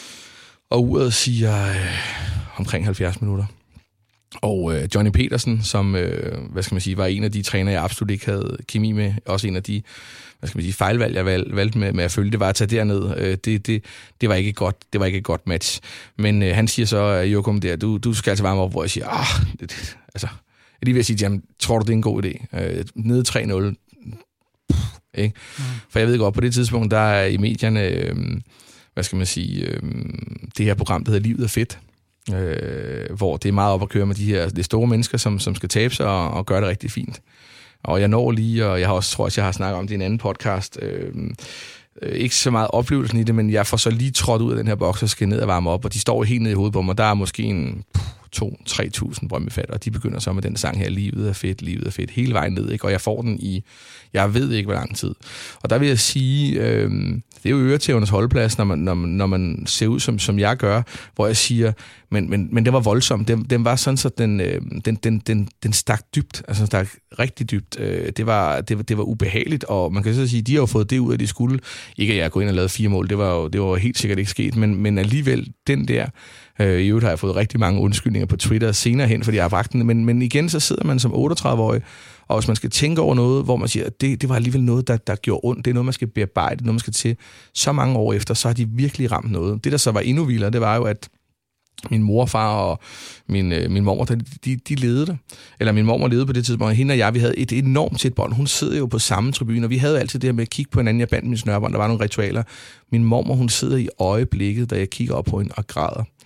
Og uret siger øh, omkring halvfjerds minutter. Og øh, Johnny Petersen, som øh, hvad skal man sige, var en af de træner, jeg absolut ikke havde kemi med, også en af de hvad skal man sige, fejlvalg, jeg valg, valgte med, med at følge, det var at tage derned. Øh, det, det, det, var ikke et godt, det var ikke et godt match. Men øh, han siger så, Jokum der, du, du skal altså varme op, hvor jeg siger, ah, det, det, altså, jeg lige vil sige, jamen, tror du, det er en god idé? Øh, nede tre nul, Puh, ikke? Mm. For jeg ved godt, på det tidspunkt, der er i medierne, øh, hvad skal man sige, øh, det her program, der hedder Livet er fedt, øh, hvor det er meget op at køre med de her de store mennesker, som, som skal tabe sig og, og gøre det rigtig fint. Og jeg når lige, og jeg har også, tror jeg, jeg har snakket om det i en anden podcast, øh, øh, ikke så meget oplevelsen i det, men jeg får så lige trådt ud af den her boks og skal ned og varme op, og de står helt nede i hovedet på mig, der er måske en to til tre tusind Brøndby-fatter, og de begynder så med den sang her, livet er fedt, livet er fedt, hele vejen ned, ikke? Og jeg får den i, jeg ved ikke, hvor lang tid. Og der vil jeg sige, øh, det er jo øretævernes holdplads, når man, når, man, når man ser ud, som, som jeg gør, hvor jeg siger, men, men, men det var voldsomt, den, den var sådan, så den, den, den, den, den stak dybt, altså stak rigtig dybt. Det var, det, var, det var ubehageligt, og man kan så sige, de har jo fået det ud af, de skulle. Ikke at jeg går ind og lavede fire mål, det var jo det var helt sikkert ikke sket, men, men alligevel, den der, øh, i øvrigt har jeg fået rigtig mange undskyldninger på Twitter senere hen, fordi jeg har bragt den, men, men igen, så sidder man som otteogtredive-årig, og hvis man skal tænke over noget, hvor man siger, at det, det var alligevel noget, der, der gjorde ondt, det er noget, man skal bearbejde, noget, man skal til så mange år efter, så har de virkelig ramt noget. Det, der så var endnu vildere, det var jo, at min morfar og min, øh, min mormor, de, de levede det. Eller min mormor levede på det tidspunkt, og hende og jeg, vi havde et enormt tæt bånd. Hun sidder jo på samme tribune, og vi havde altid det her med at kigge på hinanden. Jeg bandt min snørbånd, der var nogle ritualer. Min mormor, hun sidder i øjeblikket, da jeg kigger op på hende og græder.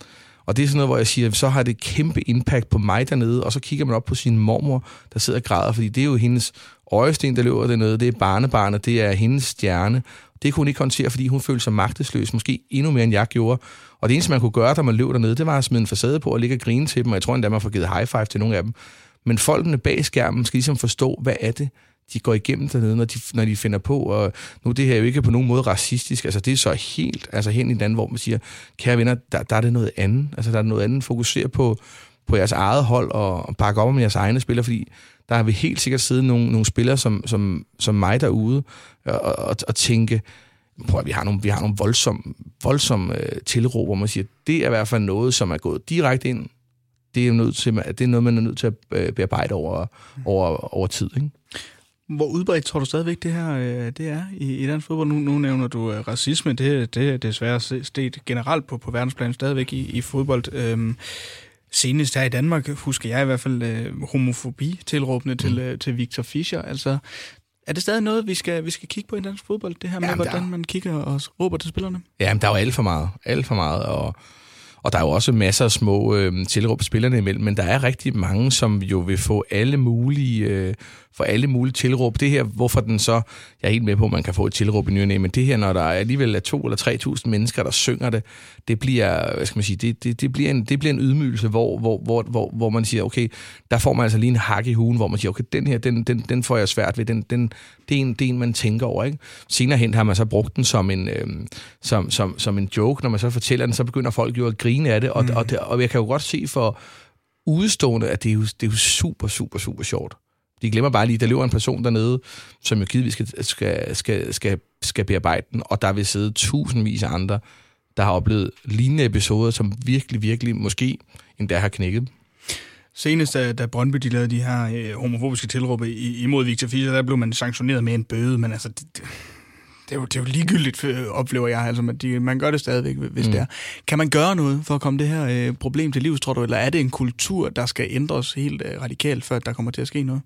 Og det er sådan noget, hvor jeg siger, så har det kæmpe impact på mig dernede, og så kigger man op på sin mormor, der sidder og græder, fordi det er jo hendes øjesten, der løber dernede, det er barnebarnet, det er hendes stjerne. Det kunne hun ikke håndtere, fordi hun følte sig magtesløs, måske endnu mere end jeg gjorde. Og det eneste, man kunne gøre, da man løb dernede, det var at smide en facade på og ligge og grine til dem, og jeg tror endda, man får givet high five til nogle af dem. Men folkene bag skærmen skal ligesom forstå, hvad er det, de går igennem dernede, når de, når de finder på, og nu det her er jo ikke på nogen måde racistisk, altså det er så helt altså hen i den, hvor man siger, kære venner, der, der er det noget andet, altså der er noget andet, fokusere på, på jeres eget hold, og, og bakke op om jeres egne spillere, fordi der har vi helt sikkert siddet nogle, nogle spillere som, som, som mig derude, og, og, og tænke, prøv at vi har nogle, vi har nogle voldsomme, voldsomme øh, tilråb, hvor man siger, det er i hvert fald noget, som er gået direkte ind, det er, nødt til, det er noget, man er nødt til at bearbejde over, over, over tid, ikke? Hvor udbredt tror du stadigvæk det her det er i, i dansk fodbold? Nu, nu nævner du uh, racisme, det, det er desværre steget generelt på, på verdensplan stadigvæk i, i fodbold. Øhm, senest her i Danmark husker jeg i hvert fald uh, homofobi-tilråbende mm. til, uh, til Victor Fischer. Altså, er det stadig noget, vi skal, vi skal kigge på i dansk fodbold? Det her med, jamen, hvordan der... man kigger og råber til spillerne? Jamen, der er jo alt for meget. Alt for meget, og... Og der er jo også masser af små øh, tilråb spillerne imellem, men der er rigtig mange, som jo vil få alle mulige, øh, for alle mulige tilråb. Det her, hvorfor den så, jeg er helt med på, at man kan få et tilråb i ny og næ, men det her, når der alligevel er to eller tre tusind mennesker, der synger det, det bliver, hvad skal man sige, det, det, det, bliver, en, det bliver en ydmygelse, hvor, hvor, hvor, hvor, hvor man siger, okay, der får man altså lige en hak i huen, hvor man siger, okay, den her, den, den, den får jeg svært ved, den, den, det, er en, det er en, man tænker over, ikke? Senere hen har man så brugt den som en, øh, som, som, som en joke, når man så fortæller den, så begynder folk jo at grine af det, og, mm. og, det, og jeg kan jo godt se for udstående, at det er jo, det er jo super, super, super sjovt. De glemmer bare lige, der løber en person dernede, som jo givetvis skal, skal, skal, skal, skal bearbejde den, og der vil sidde tusindvis af andre, der har oplevet lignende episoder, som virkelig, virkelig måske endda har knækket. Senest, da, da Brøndby de lavede de her øh, homofobiske tilråb imod Victor Fischer, der blev man sanktioneret med en bøde, men altså... Det, det, det, er, jo, det er jo ligegyldigt, oplever jeg, altså, man, de, man gør det stadigvæk, hvis mm. det er. Kan man gøre noget for at komme det her øh, problem til livs, tror du, eller er det en kultur, der skal ændres helt øh, radikalt, før der kommer til at ske noget?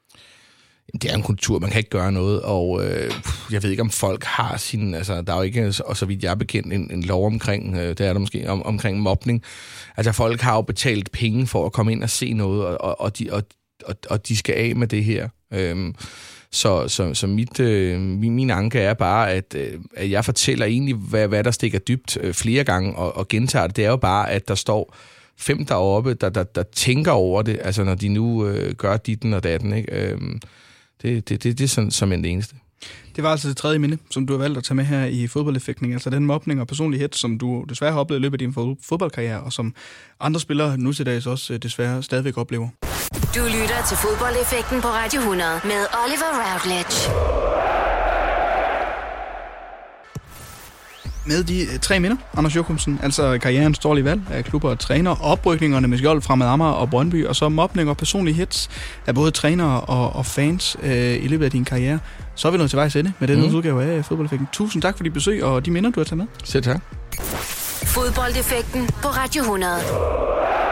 Det er en kultur, man kan ikke gøre noget, og øh, jeg ved ikke, om folk har sin, altså der er jo ikke, og så vidt jeg er bekendt, en, en lov omkring, øh, det er der måske, om, omkring mobning. Altså folk har jo betalt penge for at komme ind og se noget, og, og, de, og, og, og de skal af med det her. Øhm, så så, så mit, øh, min, min anke er bare, at, øh, at jeg fortæller egentlig, hvad, hvad der stikker dybt øh, flere gange, og, og gentager det. Det er jo bare, at der står fem deroppe, der, der, der tænker over det, altså når de nu øh, gør ditten og datten, ikke? Øhm, Det, det, det, det er sådan, som en det eneste. Det var altså det tredje minde, som du har valgt at tage med her i fodboldeffektning. Altså den mobning og personlighed, som du desværre har oplevet i løbet af din fodboldkarriere, og som andre spillere nu til dags også desværre stadigvæk oplever. Du lytter til fodboldeffekten på Radio hundrede med Oliver Routledge. Med de tre minder, Anders Jochumsen, altså karrierens dårlige valg af klubber og træner, oprykningerne med skjold Fremad Amager og Brøndby, og så mobning og personlige hits af både trænere og, og fans øh, i løbet af din karriere. Så er vi nået til vejs ende med denne mm. udgave af Fodboldeffekten. Tusind tak for dit besøg og de minder, du har taget med. Selv tak. Fodboldeffekten på Radio hundrede.